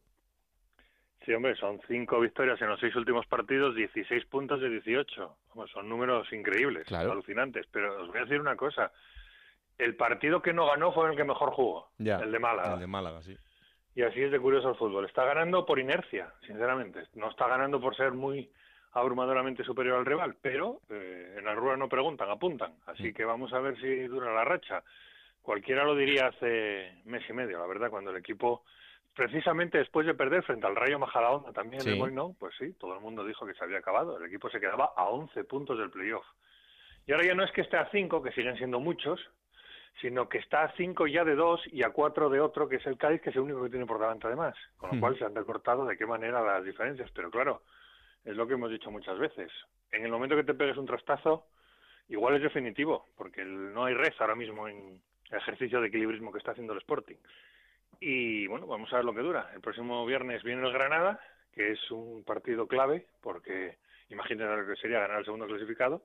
M: Sí, hombre, son cinco victorias en los seis últimos partidos, dieciséis puntos de dieciocho. Vamos, son números increíbles,
B: Claro.
M: alucinantes. Pero os voy a decir una cosa. El partido que no ganó fue el que mejor jugó,
B: Ya,
M: el de Málaga.
B: El de Málaga, sí.
M: Y así es de curioso el fútbol. Está ganando por inercia, sinceramente. No está ganando por ser muy abrumadoramente superior al rival, pero eh, en la rueda no preguntan, apuntan. Así
B: Mm.
M: que vamos a ver si dura la racha. Cualquiera lo diría hace mes y medio, la verdad, cuando el equipo, precisamente después de perder frente al Rayo Majadahonda también en
B: Sí.
M: el Molinón, pues sí, todo el mundo dijo que se había acabado. El equipo se quedaba a once puntos del playoff. Y ahora ya no es que esté a cinco, que siguen siendo muchos, sino que está a cinco ya de dos y a cuatro de otro, que es el Cádiz, que es el único que tiene por delante además. Con lo
B: Hmm.
M: cual se han recortado de qué manera las diferencias. Pero claro, es lo que hemos dicho muchas veces. En el momento que te pegues un trastazo, igual es definitivo, porque el- no hay red ahora mismo en el ejercicio de equilibrismo que está haciendo el Sporting. Y bueno, vamos a ver lo que dura. El próximo viernes viene el Granada, que es un partido clave, porque imagínate lo que sería ganar el segundo clasificado.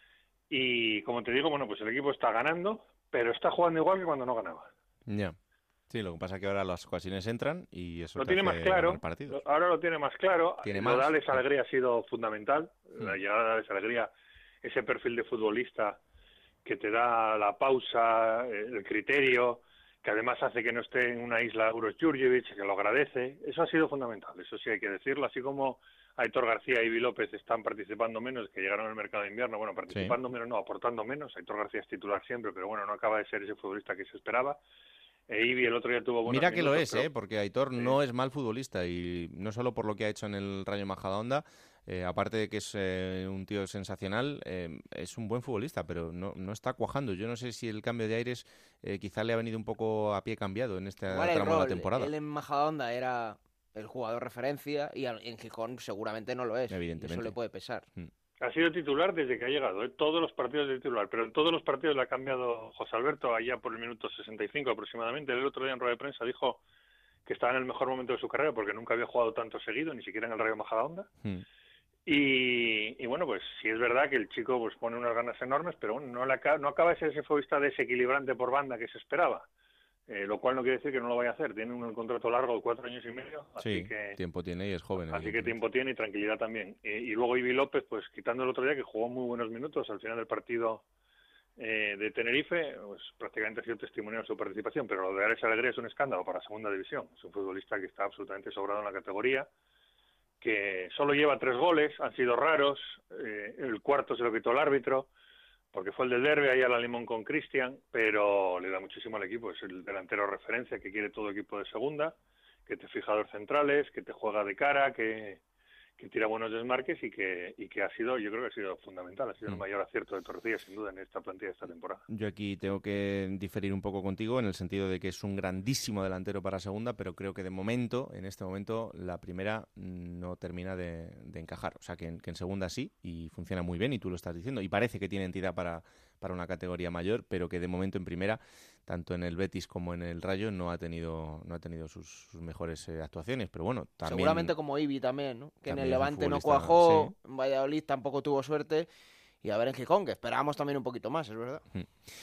M: Y como te digo, bueno, pues el equipo está ganando, pero está jugando igual que cuando no ganaba.
B: Ya. Sí, lo que pasa es que ahora las ocasiones entran y eso
M: Lo
B: te
M: tiene
B: hace
M: más claro,
B: ganar partidos.
M: ahora lo tiene más claro.
B: Tiene
M: Lo
B: más,
M: de Alex
B: sí.
M: Alegría ha sido fundamental. La
B: Mm.
M: llegada de Alex Alegría, ese perfil de futbolista que te da la pausa, eh, el criterio, que además hace que no esté en una isla Uros Jurjevic, que lo agradece. Eso ha sido fundamental, eso sí hay que decirlo. Así como Aitor García y Ivi López están participando menos, que llegaron al mercado de invierno, bueno, participando menos, no, aportando menos. Aitor García es titular siempre, pero bueno, no acaba de ser ese futbolista que se esperaba. E Ivi el otro día tuvo buenos
B: Mira que lo
M: minutos,
B: es,
M: pero-
B: ¿eh? Porque Aitor
M: Sí.
B: no es mal futbolista y no solo por lo que ha hecho en el Rayo Majadahonda, eh, aparte de que es eh, un tío sensacional, eh, es un buen futbolista, pero no, no está cuajando. Yo no sé si el cambio de aires eh, quizá le ha venido un poco a pie cambiado en este
F: Igual el
B: tramo de la
F: rol,
B: temporada.
F: él en Majadahonda era el jugador referencia y al- en Gijón seguramente no lo es.
B: Evidentemente.
F: Y eso le puede pesar.
M: Ha sido titular desde que ha llegado, ¿eh? Todos los partidos de titular, pero en todos los partidos le ha cambiado José Alberto, allá por el minuto sesenta y cinco aproximadamente. El otro día en rueda de prensa dijo que estaba en el mejor momento de su carrera porque nunca había jugado tanto seguido, ni siquiera en el Rayo Majadahonda.
B: Mm.
M: Y, y bueno, pues sí es verdad que el chico pues pone unas ganas enormes, pero bueno, no, le acaba, no acaba de ser ese futbolista desequilibrante por banda que se esperaba. Eh, lo cual no quiere decir que no lo vaya a hacer. Tiene un contrato largo de cuatro años y medio, así
B: Sí,
M: que
B: tiempo tiene y es joven.
M: así que
B: evidentemente.
M: tiempo tiene y tranquilidad también. Eh, y luego Ivi López, pues quitando el otro día que jugó muy buenos minutos al final del partido eh, de Tenerife, pues prácticamente ha sido testimonial de su participación, pero lo de Alex Alegría es un escándalo para segunda división. Es un futbolista que está absolutamente sobrado en la categoría, que solo lleva tres goles, han sido raros, eh, el cuarto se lo quitó el árbitro, porque fue el del derbi ahí a la limón con Cristian, pero le da muchísimo al equipo, es el delantero referencia que quiere todo equipo de segunda, que te fija dos centrales, que te juega de cara, que, que tira buenos desmarques y que, y que ha sido, yo creo que ha sido fundamental, ha sido el
B: Mm.
M: mayor acierto de Torrecilla sin duda en esta plantilla de esta temporada.
B: Yo aquí tengo que diferir un poco contigo en el sentido de que es un grandísimo delantero para segunda, pero creo que de momento, en este momento, la primera no termina de, de encajar. O sea, que en, que en segunda sí, y funciona muy bien, y tú lo estás diciendo, y parece que tiene entidad para, para una categoría mayor, pero que de momento en primera, tanto en el Betis como en el Rayo, no ha tenido no ha tenido sus, sus mejores eh, actuaciones. Pero bueno, también...
F: Seguramente como Ivi también, ¿no? Que en
B: también
F: el
B: es un
F: Levante no
B: futbolista,
F: cuajó,
B: sí.
F: en Valladolid tampoco tuvo suerte. Y a ver en Gijón, que esperábamos también un poquito más, es verdad.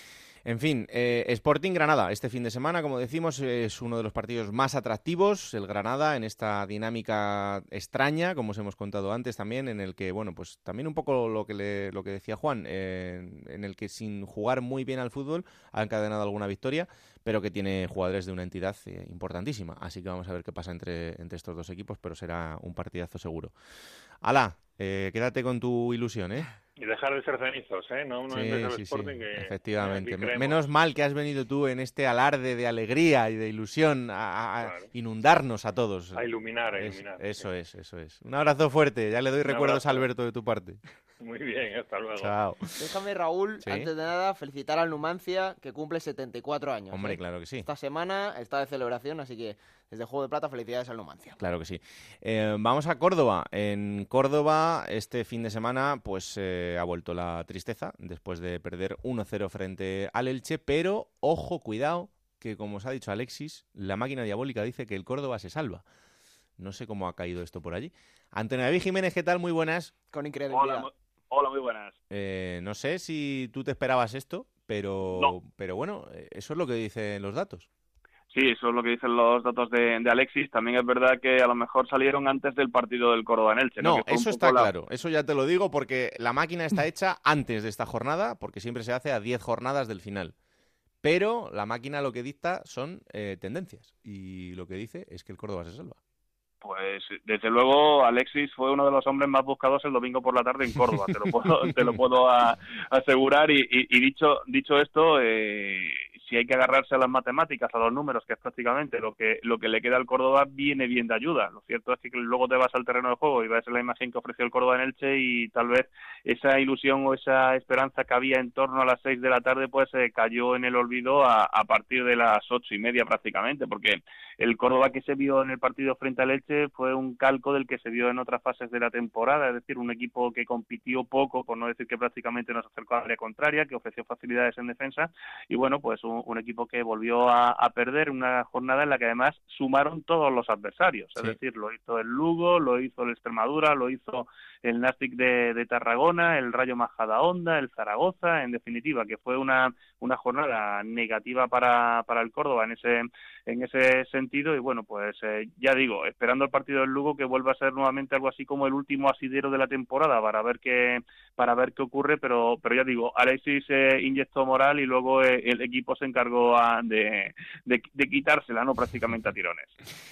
B: En fin, eh, Sporting Granada, este fin de semana, como decimos, es uno de los partidos más atractivos, el Granada, en esta dinámica extraña, como os hemos contado antes también, en el que, bueno, pues también un poco lo que le, lo que decía Juan, eh, en el que sin jugar muy bien al fútbol ha encadenado alguna victoria, pero que tiene jugadores de una entidad eh, importantísima. Así que vamos a ver qué pasa entre, entre estos dos equipos, pero será un partidazo seguro. Alá, eh, quédate con tu ilusión, ¿eh?
M: Y dejar de ser cenizos, ¿eh? No, no
B: sí,
M: al
B: sí,
M: Sporting
B: sí,
M: que
B: efectivamente.
M: que
B: Menos mal que has venido tú en este alarde de alegría y de ilusión a, a claro. inundarnos a todos.
M: A iluminar, a
B: es,
M: iluminar.
B: Eso
M: sí.
B: es, eso es. Un abrazo fuerte. Ya le doy
M: Un
B: recuerdos
M: abrazo.
B: a Alberto de tu parte.
M: Muy bien, hasta luego.
B: Chao.
F: Déjame, Raúl,
B: ¿Sí?
F: antes de nada, felicitar al Numancia, que cumple setenta y cuatro años.
B: Hombre,
F: ¿eh?
B: claro que sí.
F: Esta semana está de celebración, así que desde Juego de Plata, felicidades al Numancia.
B: Claro que sí. Eh, vamos a Córdoba. En Córdoba, este fin de semana, pues eh, ha vuelto la tristeza después de perder uno cero frente al Elche, pero, ojo, cuidado, que como os ha dicho Alexis, la máquina diabólica dice que el Córdoba se salva. No sé cómo ha caído esto por allí. Antonio David Jiménez, ¿qué tal? Muy buenas.
F: Con incredulidad.
N: Hola, hola muy buenas.
B: Eh, no sé si tú te esperabas esto, pero,
N: no.
B: pero bueno, eso es lo que dicen los datos.
N: Sí, eso es lo que dicen los datos de, de Alexis. También es verdad que a lo mejor salieron antes del partido del Córdoba en Elche.
B: No,
N: ¿no?
B: eso está la... claro. Eso ya te lo digo porque la máquina está hecha antes de esta jornada, porque siempre se hace a diez jornadas del final. Pero la máquina lo que dicta son eh, tendencias. Y lo que dice es que el Córdoba se salva.
N: Pues desde luego Alexis fue uno de los hombres más buscados el domingo por la tarde en Córdoba, te lo puedo, te lo puedo a, asegurar y, y, y dicho dicho esto, eh, si hay que agarrarse a las matemáticas, a los números, que es prácticamente lo que lo que le queda al Córdoba, viene bien de ayuda. Lo cierto es que luego te vas al terreno de juego y ves la imagen que ofreció el Córdoba en Elche y tal vez esa ilusión o esa esperanza que había en torno a las seis de la tarde pues eh, cayó en el olvido a, a partir de las ocho y media prácticamente, porque el Córdoba que se vio en el partido frente al Elche fue un calco del que se vio en otras fases de la temporada, es decir, un equipo que compitió poco, por no decir que prácticamente no se acercó al área contraria, que ofreció facilidades en defensa y bueno, pues un, un equipo que volvió a, a perder una jornada en la que además sumaron todos los adversarios, sí. Es decir, lo hizo el Lugo, lo hizo el Extremadura, lo hizo el Nàstic de, de Tarragona, el Rayo Majadahonda, el Zaragoza, en definitiva, que fue una, una jornada negativa para, para el Córdoba en ese, en ese sentido y bueno, pues eh, ya digo, esperando el partido del Lugo que vuelva a ser nuevamente algo así como el último asidero de la temporada para ver qué para ver qué ocurre, pero pero ya digo, Alexis eh, inyectó moral y luego eh, el equipo se encargó a, de, de, de quitársela, no prácticamente a tirones.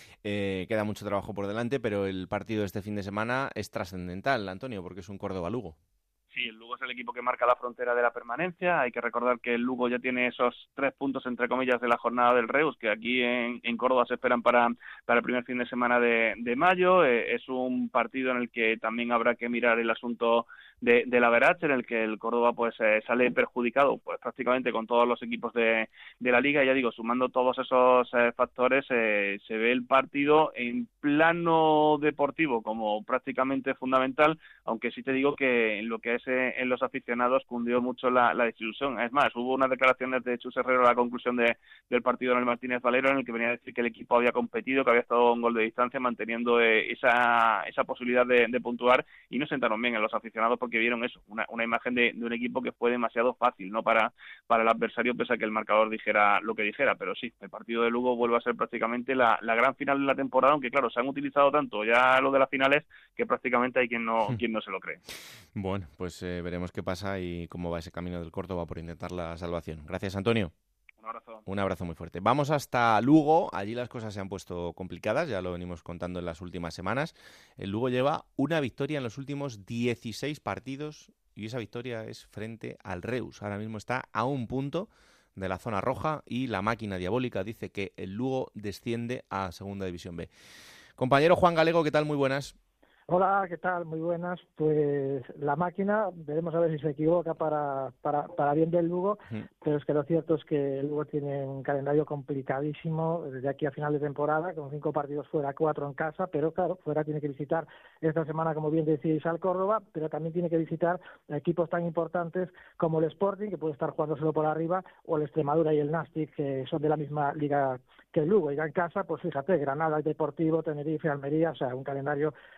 B: Eh, queda mucho trabajo por delante, pero el partido de este fin de semana es trascendental, Antonio, porque es un Córdoba-Lugo.
N: Sí, el Lugo es el equipo que marca la frontera de la permanencia. Hay que recordar que el Lugo ya tiene esos tres puntos, entre comillas, de la jornada del Reus, que aquí en, en Córdoba se esperan para, para el primer fin de semana de, de mayo. Eh, es un partido en el que también habrá que mirar el asunto de, de la Verache, en el que el Córdoba pues eh, sale perjudicado pues prácticamente con todos los equipos de, de la Liga. Ya digo, sumando todos esos eh, factores, eh, se ve el partido en plano deportivo como prácticamente fundamental, aunque sí te digo que en lo que es en los aficionados cundió mucho la, la desilusión. Es más, hubo unas declaraciones de Chus Herrero a la conclusión de, del partido en el Martínez Valero en el que venía a decir que el equipo había competido, que había estado a un gol de distancia manteniendo eh, esa, esa posibilidad de, de puntuar y no sentaron bien en los aficionados porque vieron eso, una, una imagen de, de un equipo que fue demasiado fácil, ¿no? para, para el adversario, pese a que el marcador dijera lo que dijera, pero sí, el partido de Lugo vuelve a ser prácticamente la, la gran final de la temporada, aunque claro, se han utilizado tanto ya lo de las finales que prácticamente hay quien no, quien no se lo cree.
B: Bueno, pues Pues eh, veremos qué pasa y cómo va ese camino del Córdoba por intentar la salvación. Gracias, Antonio.
N: Un abrazo.
B: Un abrazo muy fuerte. Vamos hasta Lugo. Allí las cosas se han puesto complicadas, ya lo venimos contando en las últimas semanas. El Lugo lleva una victoria en los últimos dieciséis partidos y esa victoria es frente al Reus. Ahora mismo está a un punto de la zona roja y la máquina diabólica dice que el Lugo desciende a Segunda División B. Compañero Juan Galego, ¿qué tal? Muy buenas.
O: Hola, ¿qué tal? Muy buenas. Pues la máquina, veremos a ver si se equivoca para, para, para bien del Lugo, uh-huh. Pero es que lo cierto es que el Lugo tiene un calendario complicadísimo desde aquí a final de temporada, con cinco partidos fuera, cuatro en casa, pero claro, fuera tiene que visitar esta semana, como bien decís, al Córdoba, pero también tiene que visitar equipos tan importantes como el Sporting, que puede estar jugándoselo por arriba, o el Extremadura y el Nàstic, que son de la misma liga que el Lugo. Y ya en casa, pues fíjate, Granada, Deportivo, Tenerife, Almería, o sea, un calendario terrorista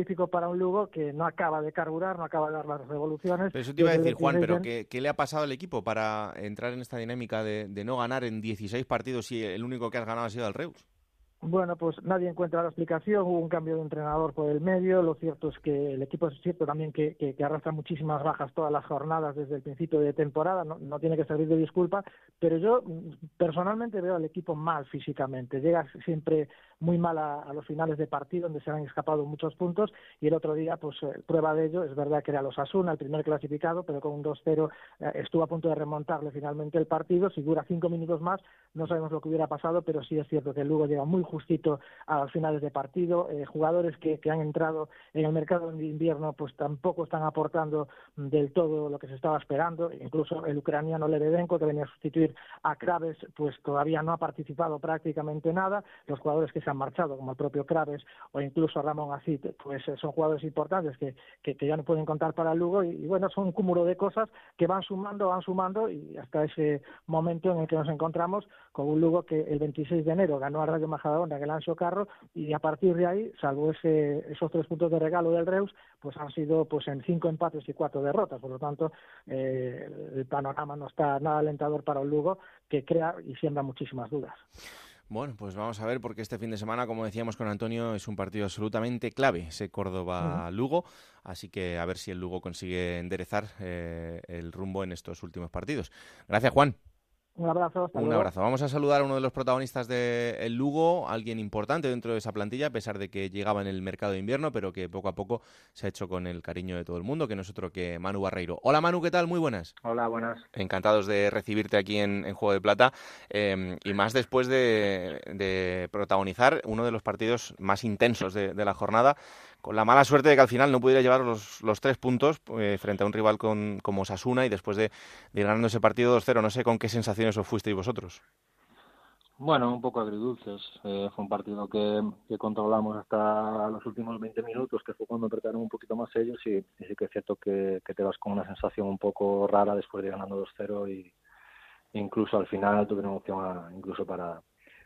O: terrorífico para un Lugo que no acaba de carburar, no acaba de dar las revoluciones.
B: Pero eso te iba a decir, Juan, pero ¿qué, ¿qué le ha pasado al equipo para entrar en esta dinámica de, de no ganar en dieciséis partidos y el único que has ganado ha sido el Reus?
O: Bueno, pues nadie encuentra la explicación, hubo un cambio de entrenador por el medio, lo cierto es que el equipo es cierto también que, que, que arrastra muchísimas bajas todas las jornadas desde el principio de temporada, no, no tiene que servir de disculpa, pero yo personalmente veo al equipo mal físicamente, llega siempre muy mal a, a los finales de partido donde se han escapado muchos puntos y el otro día, pues eh, prueba de ello, es verdad que era los Osasuna, el primer clasificado, pero con un dos cero eh, estuvo a punto de remontarle finalmente el partido, si dura cinco minutos más no sabemos lo que hubiera pasado, pero sí es cierto que el Lugo llega muy justito a los finales de partido, eh, jugadores que, que han entrado en el mercado de invierno pues tampoco están aportando del todo lo que se estaba esperando, incluso el ucraniano Lebedenko que venía a sustituir a Kraves pues todavía no ha participado prácticamente nada, los jugadores que se han marchado como el propio Kraves o incluso Ramón Acid pues son jugadores importantes que, que, que ya no pueden contar para el Lugo y, y bueno, son un cúmulo de cosas que van sumando, van sumando y hasta ese momento en el que nos encontramos con un Lugo que el veintiséis de enero ganó a Rayo Majadahonda en el Anxo Carro y a partir de ahí, salvo ese, esos tres puntos de regalo del Reus, pues han sido pues en cinco empates y cuatro derrotas, por lo tanto eh, el panorama no está nada alentador para un Lugo que crea y siembra muchísimas dudas.
B: Bueno, pues vamos a ver, porque este fin de semana, como decíamos con Antonio, es un partido absolutamente clave, ese Córdoba-Lugo, así que a ver si el Lugo consigue enderezar eh, el rumbo en estos últimos partidos. Gracias, Juan.
O: Un abrazo, hasta
B: Un
O: luego.
B: abrazo. Vamos a saludar a uno de los protagonistas del Lugo, alguien importante dentro de esa plantilla, a pesar de que llegaba en el mercado de invierno, pero que poco a poco se ha hecho con el cariño de todo el mundo, que no es otro que Manu Barreiro. Hola Manu, ¿qué tal? Muy buenas.
P: Hola, buenas.
B: Encantados de recibirte aquí en, en Juego de Plata, eh, y más después de, de protagonizar uno de los partidos más intensos de, de la jornada, con la mala suerte de que al final no pudiera llevar los, los tres puntos eh, frente a un rival con, como Osasuna y después de, de ir ganando ese partido dos cero. No sé con qué sensaciones os fuisteis vosotros.
P: Bueno, un poco agridulces. Eh, fue un partido que, que controlamos hasta los últimos veinte minutos, que fue cuando apretaron un poquito más ellos y, y sí que es cierto que, que te vas con una sensación un poco rara después de ir ganando dos cero y incluso al final tuvieron opción a, incluso para...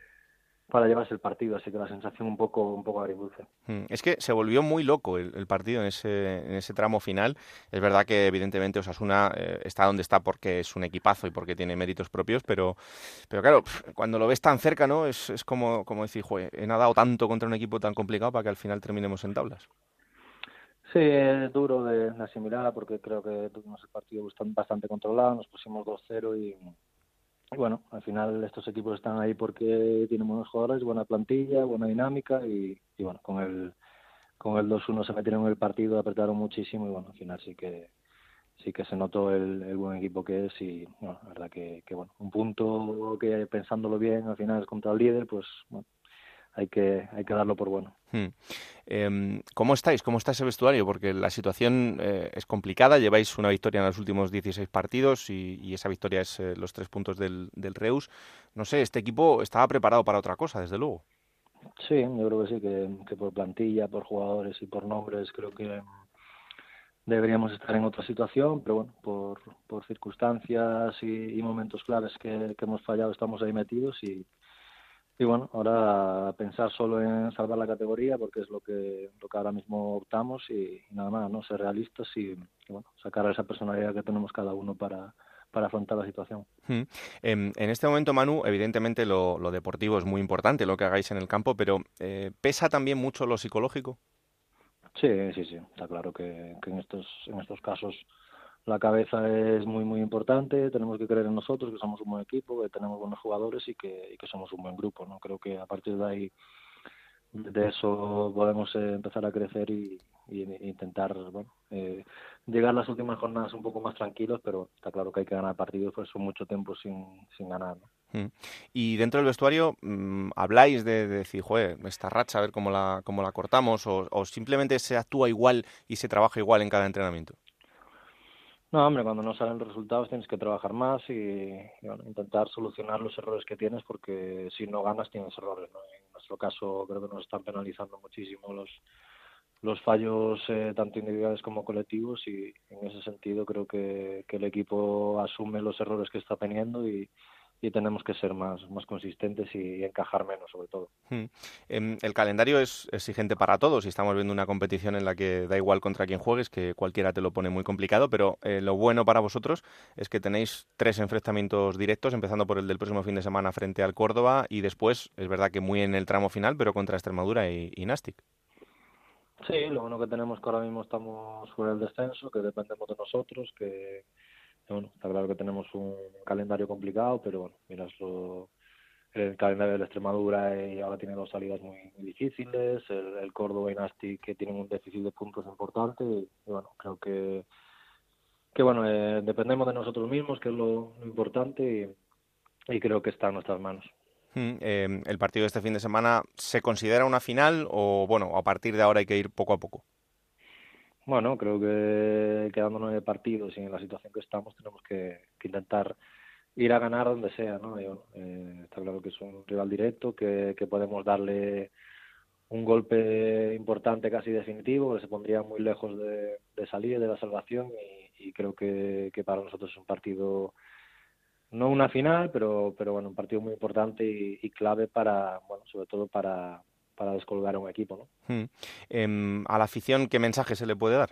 P: para llevarse el partido, así que la sensación un poco un poco agridulce.
B: Es que se volvió muy loco el, el partido en ese en ese tramo final. Es verdad que evidentemente Osasuna eh, está donde está porque es un equipazo y porque tiene méritos propios, pero pero claro, cuando lo ves tan cerca, ¿no? Es, es como, como decir, joder, he nadado tanto contra un equipo tan complicado para que al final terminemos en tablas.
P: Sí, es duro de, de asimilar porque creo que tuvimos el partido bastante controlado, nos pusimos dos cero y... Y bueno, al final estos equipos están ahí porque tienen buenos jugadores, buena plantilla, buena dinámica y, y bueno, con el con el dos uno se metieron en el partido, apretaron muchísimo y bueno, al final sí que sí que se notó el, el buen equipo que es y bueno, la verdad que, que bueno, un punto que pensándolo bien al final es contra el líder, pues bueno, hay que hay que darlo por bueno.
B: Hmm. Eh, ¿Cómo estáis? ¿Cómo está ese vestuario? Porque la situación eh, es complicada, lleváis una victoria en los últimos dieciséis partidos y, y esa victoria es eh, los tres puntos del, del Reus. No sé, este equipo estaba preparado para otra cosa, desde luego.
P: Sí, yo creo que sí, que, que por plantilla, por jugadores y por nombres creo que deberíamos estar en otra situación, pero bueno, por, por circunstancias y, y momentos claves que, que hemos fallado estamos ahí metidos y Y bueno, ahora pensar solo en salvar la categoría porque es lo que lo que ahora mismo optamos y, y nada más, no ser realistas y, y bueno, sacar esa personalidad que tenemos cada uno para, para afrontar la situación.
B: Hmm. En, en este momento, Manu, evidentemente lo, lo deportivo es muy importante, lo que hagáis en el campo, pero eh, ¿pesa también mucho lo psicológico?
P: Sí, sí, sí. Está claro que, que en estos en estos casos la cabeza es muy, muy importante. Tenemos que creer en nosotros, que somos un buen equipo, que tenemos buenos jugadores y que, y que somos un buen grupo, ¿no? Creo que a partir de ahí, de eso podemos eh, empezar a crecer y, y, y intentar, bueno, eh, llegar las últimas jornadas un poco más tranquilos, pero está claro que hay que ganar partidos, pues son mucho tiempo sin, sin ganar, ¿no?
B: Mm. Y dentro del vestuario, mmm, ¿habláis de, de decir, joder, esta racha, a ver cómo la, cómo la cortamos? O, ¿O simplemente se actúa igual y se trabaja igual en cada entrenamiento?
P: No, hombre, cuando no salen los resultados tienes que trabajar más y, y bueno, intentar solucionar los errores que tienes porque si no ganas tienes errores, ¿no? En nuestro caso creo que nos están penalizando muchísimo los los fallos eh, tanto individuales como colectivos y en ese sentido creo que, que el equipo asume los errores que está teniendo y, y tenemos que ser más, más consistentes y, y encajar menos, sobre todo.
B: Hmm. El calendario es exigente para todos y estamos viendo una competición en la que da igual contra quién juegues, que cualquiera te lo pone muy complicado, pero eh, lo bueno para vosotros es que tenéis tres enfrentamientos directos, empezando por el del próximo fin de semana frente al Córdoba y después, es verdad que muy en el tramo final, pero contra Extremadura y, y Nastic.
P: Sí, lo bueno que tenemos es que ahora mismo estamos fuera del descenso, que dependemos de nosotros, que bueno, está claro que tenemos un calendario complicado, pero bueno, miras lo, el calendario de la Extremadura y ahora tiene dos salidas muy, muy difíciles, el, el Córdoba y Nastic que tienen un déficit de puntos importante y, y bueno, creo que que bueno, eh, dependemos de nosotros mismos, que es lo, lo importante y, y creo que está en nuestras manos.
B: Hmm. Eh, ¿El partido de este fin de semana se considera una final o bueno, a partir de ahora hay que ir poco a poco?
P: Bueno, creo que quedando nueve partidos y en la situación que estamos tenemos que, que intentar ir a ganar donde sea, ¿no? Y bueno, eh, está claro que es un rival directo, que, que podemos darle un golpe importante, casi definitivo, que se pondría muy lejos de, de salir de la salvación y, y creo que, que para nosotros es un partido, no una final, pero, pero bueno, un partido muy importante y, y clave para, bueno, sobre todo para para descolgar a un equipo, ¿no?
B: Hmm. Eh, ¿A la afición qué mensaje se le puede dar?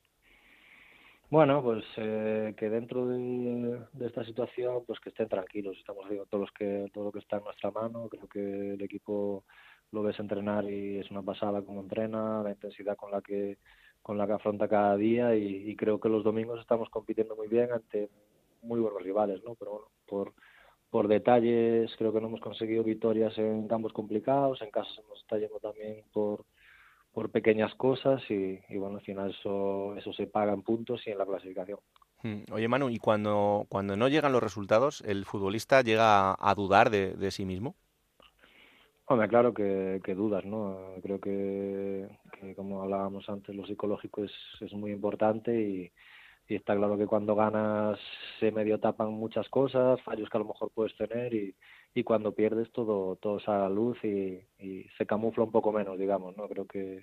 P: Bueno, pues eh, que dentro de, de esta situación, pues que estén tranquilos. Estamos haciendo todos los que, todo lo que está en nuestra mano. Creo que el equipo lo ves entrenar y es una pasada como entrena, la intensidad con la que con la que afronta cada día y, y creo que los domingos estamos compitiendo muy bien ante muy buenos rivales, ¿no? Pero bueno, por por detalles creo que no hemos conseguido victorias en campos complicados, en casa se nos está yendo también por por pequeñas cosas y, y bueno, al final eso eso se paga en puntos y en la clasificación.
B: Hmm. Oye, Manu, ¿y cuando, cuando no llegan los resultados, el futbolista llega a dudar de, de sí mismo?
P: Hombre, claro que, que dudas, ¿no? Creo que, que, como hablábamos antes, lo psicológico es, es muy importante y Y está claro que cuando ganas se medio tapan muchas cosas, fallos que a lo mejor puedes tener y, y cuando pierdes todo todo sale a la luz y, y se camufla un poco menos, digamos, ¿no? Creo que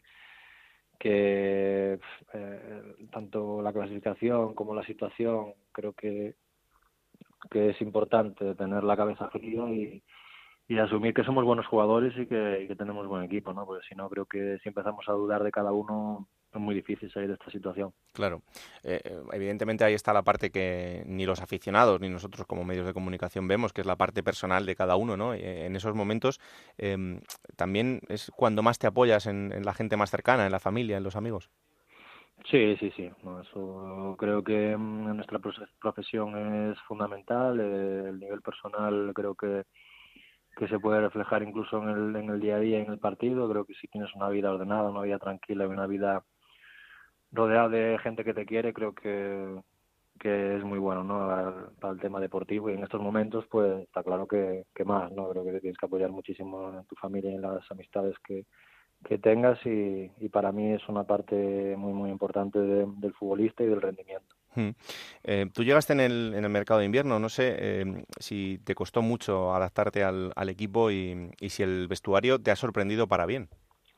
P: que eh, tanto la clasificación como la situación creo que que es importante tener la cabeza fría y, y asumir que somos buenos jugadores y que, y que tenemos buen equipo, ¿no? Porque si no, creo que si empezamos a dudar de cada uno es muy difícil salir de esta situación.
B: Claro. Eh, evidentemente ahí está la parte que ni los aficionados ni nosotros como medios de comunicación vemos, que es la parte personal de cada uno, ¿no? Eh, en esos momentos eh, también es cuando más te apoyas en, en la gente más cercana, en la familia, en los amigos.
P: Sí, sí, sí. No, eso creo que en nuestra profesión es fundamental. El nivel personal creo que que se puede reflejar incluso en el, en el día a día, en el partido. Creo que si tienes una vida ordenada, una vida tranquila y una vida rodeada de gente que te quiere, creo que, que es muy bueno, ¿no? Para el tema deportivo y en estos momentos pues está claro que, que más, ¿no? Creo que te tienes que apoyar muchísimo en tu familia y en las amistades que, que tengas y, y para mí es una parte muy muy importante de, del futbolista y del rendimiento.
B: Hmm. Eh, tú llegaste en el, en el mercado de invierno, no sé eh, si te costó mucho adaptarte al, al equipo y, y si el vestuario te ha sorprendido para bien.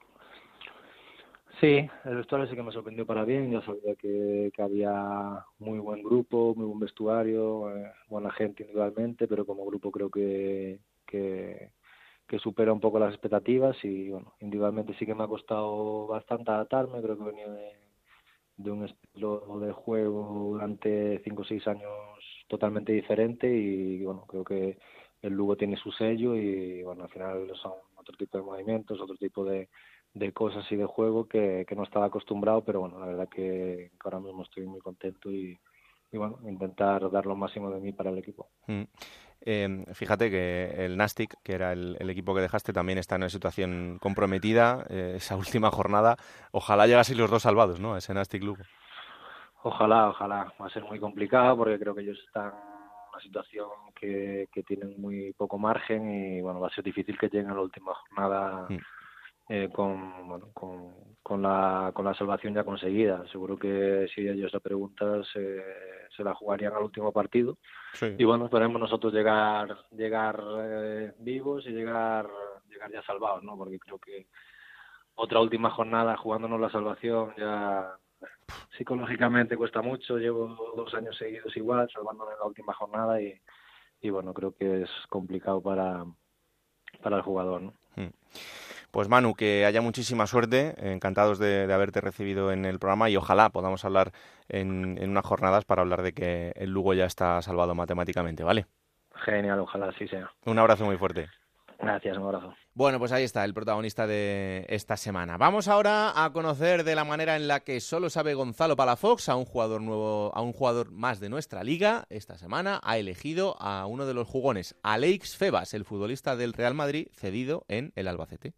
P: Sí, el vestuario sí que me sorprendió para bien. Yo sabía que, que había muy buen grupo, muy buen vestuario, eh, buena gente individualmente, pero como grupo creo que, que, que supera un poco las expectativas y bueno, individualmente sí que me ha costado bastante adaptarme. Creo que venía de, de un estilo de juego durante cinco o seis años totalmente diferente y bueno, creo que el Lugo tiene su sello y bueno, al final son otro tipo de movimientos, otro tipo de de cosas y de juego que, que no estaba acostumbrado, pero bueno, la verdad que, que ahora mismo estoy muy contento y, y bueno, intentar dar lo máximo de mí para el equipo.
B: Mm. Eh, fíjate que el Nastic, que era el, el equipo que dejaste, también está en una situación comprometida, eh, esa última jornada. Ojalá llegasen los dos salvados, ¿no? A ese Nastic Lugo.
P: Ojalá, ojalá. Va a ser muy complicado porque creo que ellos están en una situación que, que tienen muy poco margen y bueno, va a ser difícil que lleguen a la última jornada mm. Eh, con, bueno, con, con, la, con la salvación ya conseguida. Seguro que si ellos la preguntan se, se la jugarían al último partido.
B: Sí.
P: Y bueno, esperemos nosotros llegar llegar eh, vivos y llegar llegar ya salvados, ¿no? Porque creo que otra última jornada jugándonos la salvación ya psicológicamente cuesta mucho. Llevo dos años seguidos igual, salvándonos en la última jornada y y bueno, creo que es complicado para, para el jugador, ¿no?
B: Mm. Pues Manu, que haya muchísima suerte, encantados de, de haberte recibido en el programa y ojalá podamos hablar en, en unas jornadas para hablar de que el Lugo ya está salvado matemáticamente, ¿vale?
P: Genial, ojalá así sea.
B: Un abrazo muy fuerte.
P: Gracias, un abrazo.
B: Bueno, pues ahí está el protagonista de esta semana. Vamos ahora a conocer de la manera en la que solo sabe Gonzalo Palafox a un jugador nuevo, a un jugador más de nuestra liga. Esta semana ha elegido a uno de los jugones, Aleix Febas, el futbolista del Real Madrid, cedido en el Albacete.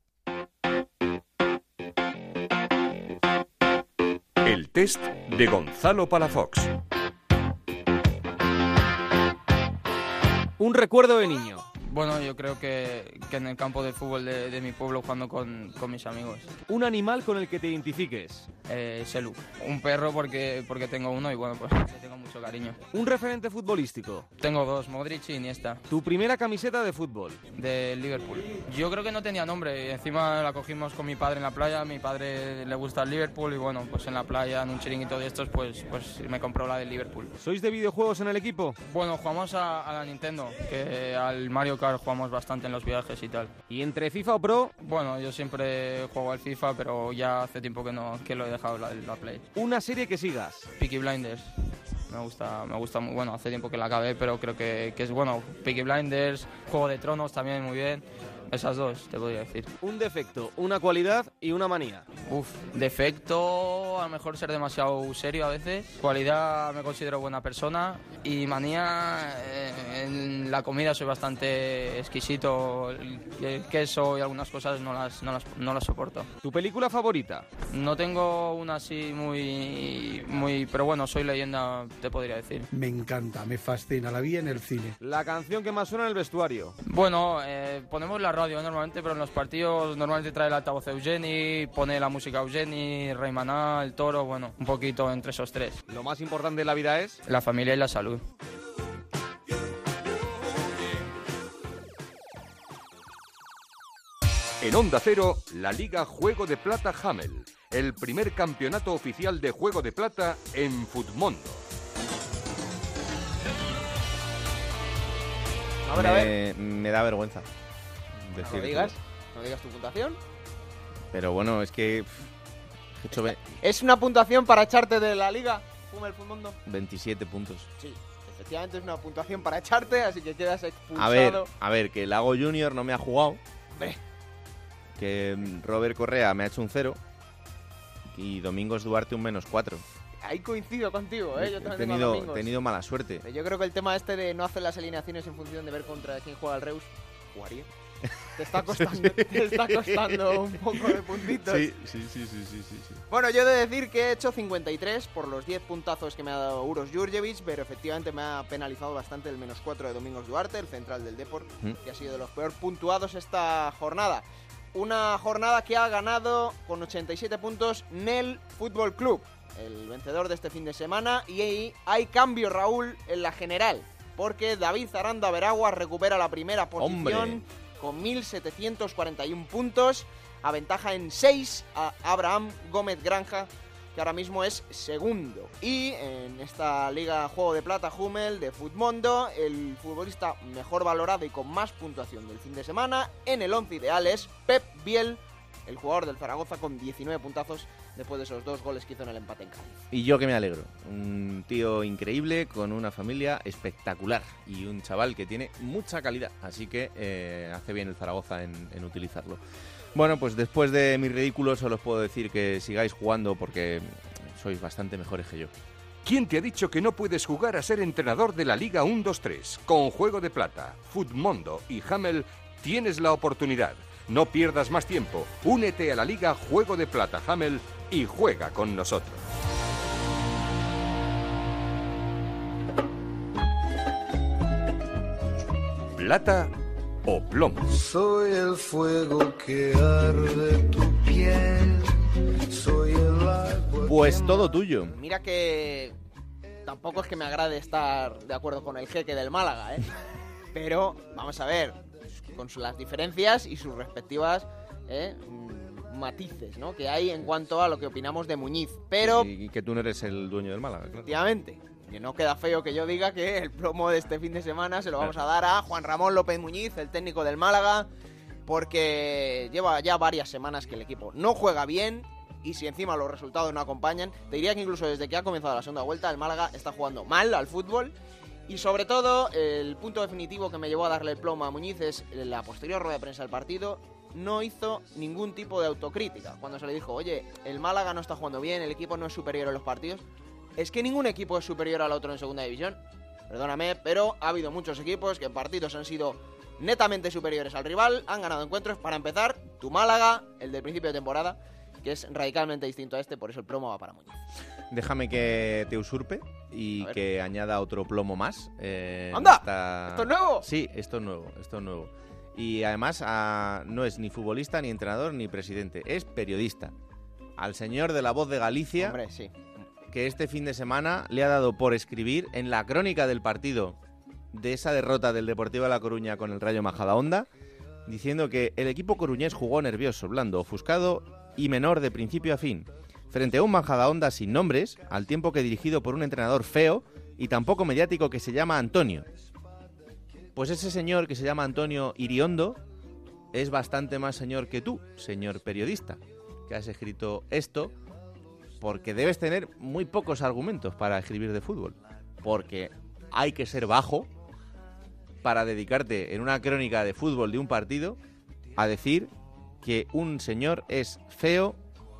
A: El test de Gonzalo Palafox.
Q: Un recuerdo de niño. Bueno, yo creo que, que en el campo de fútbol de, de mi pueblo jugando con, con mis amigos.
R: Un animal con el que te identifiques.
Q: Eh, Selu. Un perro porque, porque tengo uno y bueno, pues le tengo mucho cariño.
R: Un referente futbolístico.
Q: Tengo dos, Modric y Iniesta.
R: Tu primera camiseta de fútbol.
Q: De Liverpool. Yo creo que no tenía nombre y encima la cogimos con mi padre en la playa. Mi padre le gusta el Liverpool y bueno, pues en la playa, en un chiringuito de estos, pues, pues me compró la del Liverpool.
R: ¿Sois de videojuegos en el equipo?
Q: Bueno, jugamos a, a la Nintendo, que al Mario Kart jugamos bastante en los viajes y tal.
R: ¿Y entre FIFA o Pro?
Q: Bueno, yo siempre juego al FIFA, pero ya hace tiempo que no que lo he dejado la, la Play.
R: ¿Una serie que sigas?
Q: Peaky Blinders. Me gusta, me gusta muy bueno, hace tiempo que la acabé, pero creo que, que es bueno. Peaky Blinders, Juego de Tronos también muy bien. Esas dos, te podría decir.
R: Un defecto, una cualidad y una manía.
Q: Uf, defecto, a lo mejor ser demasiado serio a veces. Cualidad, me considero buena persona. Y manía, eh, en la comida soy bastante exquisito. El, el queso y algunas cosas no las, no, las, no las soporto.
R: ¿Tu película favorita?
Q: No tengo una así muy, muy... Pero bueno, soy leyenda, te podría decir.
S: Me encanta, me fascina, la vi en el cine.
R: ¿La canción que más suena en el vestuario?
Q: Bueno, eh, ponemos la radio normalmente, pero en los partidos normalmente trae el altavoz Eugeni, pone la música Eugeni, Rey Maná, El Toro, bueno, un poquito entre esos tres.
R: ¿Lo más importante de la vida es?
Q: La familia y la salud.
A: En Onda Cero, la Liga Juego de Plata Hamel, el primer campeonato oficial de Juego de Plata en Futmundo.
F: A ver, a
B: me,
F: ver.
B: me da vergüenza.
F: No lo digas, no digas tu puntuación.
B: Pero bueno, es que... He hecho ve-
F: ¿Es una puntuación para echarte de la liga? Fume el Futmundo.
B: veintisiete puntos.
F: Sí, efectivamente es una puntuación para echarte, así que quedas expulsado.
B: A ver, a ver, que Lago Junior no me ha jugado.
F: Hombre.
B: Que Robert Correa me ha hecho un cero. Y Domingos Duarte un menos cuatro.
F: Ahí coincido contigo, ¿eh? Yo
B: He
F: también
B: tenido,
F: tengo Domingos.
B: tenido mala suerte.
F: Yo creo que el tema este de no hacer las alineaciones en función de ver contra quién juega el Reus, jugaría. Te está costando, te está costando un poco de puntitos.
B: Sí, sí, sí, sí, sí, sí, sí.
F: Bueno, yo he de decir que he hecho cincuenta y tres por los diez puntazos que me ha dado Uros Jurjevic, pero efectivamente me ha penalizado bastante el menos cuatro de Domingos Duarte, el central del Depor,
B: ¿Mm?
F: que ha sido de los peor puntuados esta jornada. Una jornada que ha ganado con ochenta y siete puntos Nel Fútbol Club, el vencedor de este fin de semana, y ahí hay cambio, Raúl, en la general, porque David Aranda Veragua recupera la primera posición.
B: ¡Hombre!
F: Con mil setecientos cuarenta y uno puntos, aventaja en seis a Abraham Gómez Granja, que ahora mismo es segundo. Y en esta Liga Juego de Plata Hummel de Futmundo, el futbolista mejor valorado y con más puntuación del fin de semana en el once ideal es Pep Biel, el jugador del Zaragoza, con diecinueve puntazos después de esos dos goles que hizo en el empate en Cádiz.
B: Y yo que me alegro. Un tío increíble, con una familia espectacular y un chaval que tiene mucha calidad. Así que eh, hace bien el Zaragoza en, en utilizarlo. Bueno, pues después de mis ridículos os puedo decir que sigáis jugando porque sois bastante mejores que yo.
A: ¿Quién te ha dicho que no puedes jugar a ser entrenador de la Liga uno dos tres? Con Juego de Plata, Futmundo y Hamel tienes la oportunidad. No pierdas más tiempo. Únete a la Liga Juego de Plata Hamel y juega con nosotros. Plata o plomo.
T: Soy el fuego que arde tu piel. Soy el árbol.
B: Pues todo tuyo.
F: Mira que tampoco es que me agrade estar de acuerdo con el jeque del Málaga, ¿eh? Pero vamos a ver, con las diferencias y sus respectivas ¿eh? matices, ¿no? que hay en cuanto a lo que opinamos de Muñiz. Pero
B: Y, y que tú no eres el dueño del Málaga, claro.
F: efectivamente, Y no queda feo que yo diga que el promo de este fin de semana se lo vamos a dar a Juan Ramón López Muñiz, el técnico del Málaga, porque lleva ya varias semanas que el equipo no juega bien y si encima los resultados no acompañan, te diría que incluso desde que ha comenzado la segunda vuelta el Málaga está jugando mal al fútbol. Y sobre todo, el punto definitivo que me llevó a darle el plomo a Muñiz es la posterior rueda de prensa del partido. No hizo ningún tipo de autocrítica. Cuando se le dijo, oye, el Málaga no está jugando bien, el equipo no es superior en los partidos. Es que ningún equipo es superior al otro en segunda división. Perdóname, pero ha habido muchos equipos que en partidos han sido netamente superiores al rival, han ganado encuentros. Para empezar, tu Málaga, el del principio de temporada, que es radicalmente distinto a este, por eso el plomo va para Muñiz.
B: Déjame que te usurpe y que añada otro plomo más. Eh,
F: ¡Anda!
B: Esta...
F: ¿Esto es nuevo?
B: Sí, esto es nuevo, esto es nuevo. Y además a... no es ni futbolista, ni entrenador, ni presidente, es periodista. Al señor de La Voz de Galicia,
F: Hombre, sí.
B: que este fin de semana le ha dado por escribir en la crónica del partido de esa derrota del Deportivo de La Coruña con el Rayo Majadahonda, diciendo que el equipo coruñés jugó nervioso, blando, ofuscado y menor de principio a fin, frente a un Majadahonda sin nombres, al tiempo que dirigido por un entrenador feo y tampoco mediático que se llama Antonio. Pues ese señor que se llama Antonio Iriondo es bastante más señor que tú, señor periodista, que has escrito esto, porque debes tener muy pocos argumentos para escribir de fútbol, porque hay que ser bajo para dedicarte en una crónica de fútbol de un partido a decir que un señor es feo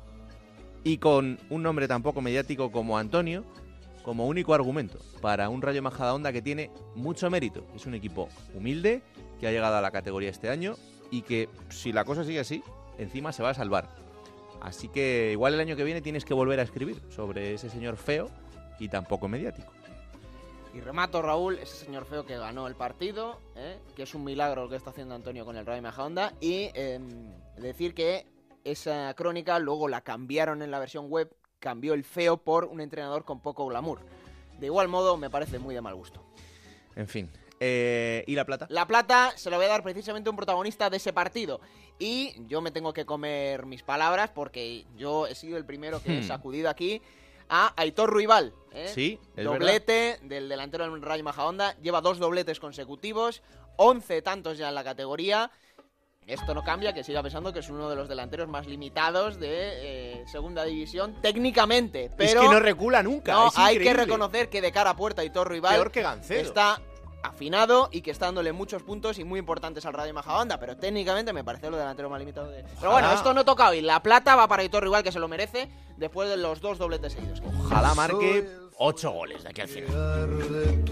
B: y con un nombre tan poco mediático como Antonio como único argumento para un Rayo Majadahonda que tiene mucho mérito. Es un equipo humilde que ha llegado a la categoría este año y que, si la cosa sigue así, encima se va a salvar. Así que igual el año que viene tienes que volver a escribir sobre ese señor feo y tan poco mediático.
F: Y remato, Raúl, ese señor feo que ganó el partido, ¿eh? que es un milagro lo que está haciendo Antonio con el Rayo Majadahonda, y eh, decir que esa crónica luego la cambiaron en la versión web, cambió el feo por un entrenador con poco glamour. De igual modo, me parece muy de mal gusto.
B: En fin. Eh, ¿Y la plata?
F: La plata se la voy a dar precisamente a un protagonista de ese partido. Y yo me tengo que comer mis palabras porque yo he sido el primero que hmm. he sacudido aquí a Aitor Ruibal. ¿eh?
B: Sí, es
F: doblete
B: verdad.
F: Del delantero del Rayo Majadahonda. Lleva dos dobletes consecutivos, once tantos ya en la categoría. Esto no cambia, que siga pensando que es uno de los delanteros más limitados de eh, segunda división técnicamente. Pero
B: es que no recula nunca.
F: No,
B: es
F: hay que reconocer que de cara a puerta Aitor Ruibal
B: peor que Gancedo.
F: Está afinado y que está dándole muchos puntos y muy importantes al Rayo Majadahonda, pero técnicamente me parece lo delantero más limitado de... Ojalá. Pero bueno, esto no toca hoy. La plata va para Aitor Ruibal, que se lo merece después de los dos dobletes seguidos.
B: Ojalá marque ocho goles de aquí al final.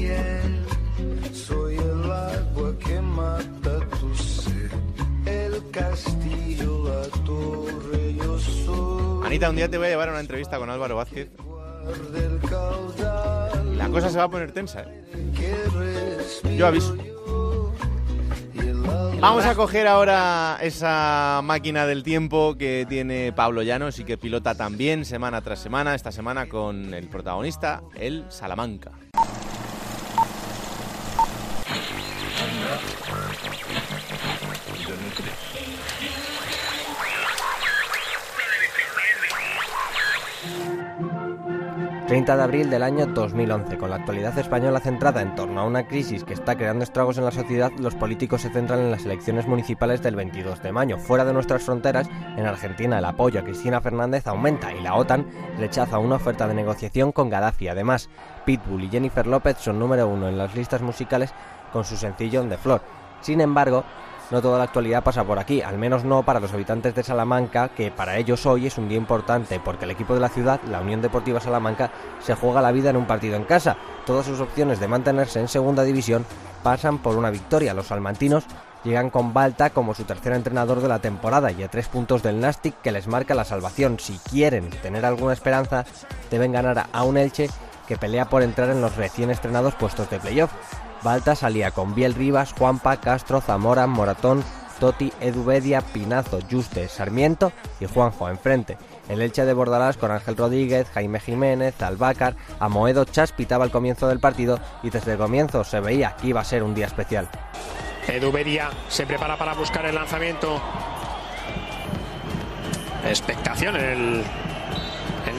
T: Soy el agua que mata tu sed, el castillo, la torre, yo soy.
B: Anita, un día te voy a llevar a una entrevista con Álvaro Vázquez. Y la cosa se va a poner tensa. Yo aviso. Vamos a coger ahora esa máquina del tiempo que tiene Pablo Llanos y que pilota también semana tras semana, esta semana con el protagonista, el Salamanca.
U: treinta de abril del año dos mil once. Con la actualidad española centrada en torno a una crisis que está creando estragos en la sociedad, los políticos se centran en las elecciones municipales del veintidós de mayo. Fuera de nuestras fronteras, en Argentina, el apoyo a Cristina Fernández aumenta y la OTAN rechaza una oferta de negociación con Gaddafi. Además, Pitbull y Jennifer López son número uno en las listas musicales con su sencillo On the Floor. Sin embargo, no toda la actualidad pasa por aquí, al menos no para los habitantes de Salamanca, que para ellos hoy es un día importante, porque el equipo de la ciudad, la Unión Deportiva Salamanca, se juega la vida en un partido en casa. Todas sus opciones de mantenerse en segunda división pasan por una victoria. Los salmantinos llegan con Balta como su tercer entrenador de la temporada y a tres puntos del Nastic, que les marca la salvación. Si quieren tener alguna esperanza, deben ganar a un Elche que pelea por entrar en los recién estrenados puestos de playoff. Balta salía con Biel Rivas, Juanpa, Castro, Zamora, Moratón, Totti, Edubedia, Pinazo, Juste, Sarmiento y Juanjo enfrente. El Elche de Bordalás con Ángel Rodríguez, Jaime Jiménez, Albácar, Amoedo Chas pitaba el comienzo del partido y desde el comienzo se veía que iba a ser un día especial.
V: Edubedia se prepara para buscar el lanzamiento. Expectación en el, en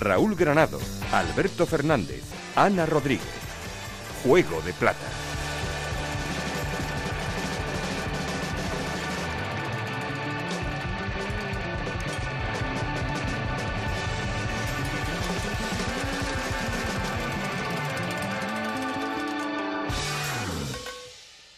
A: Raúl Granado, Alberto Fernández, Ana Rodríguez. Juego de Plata.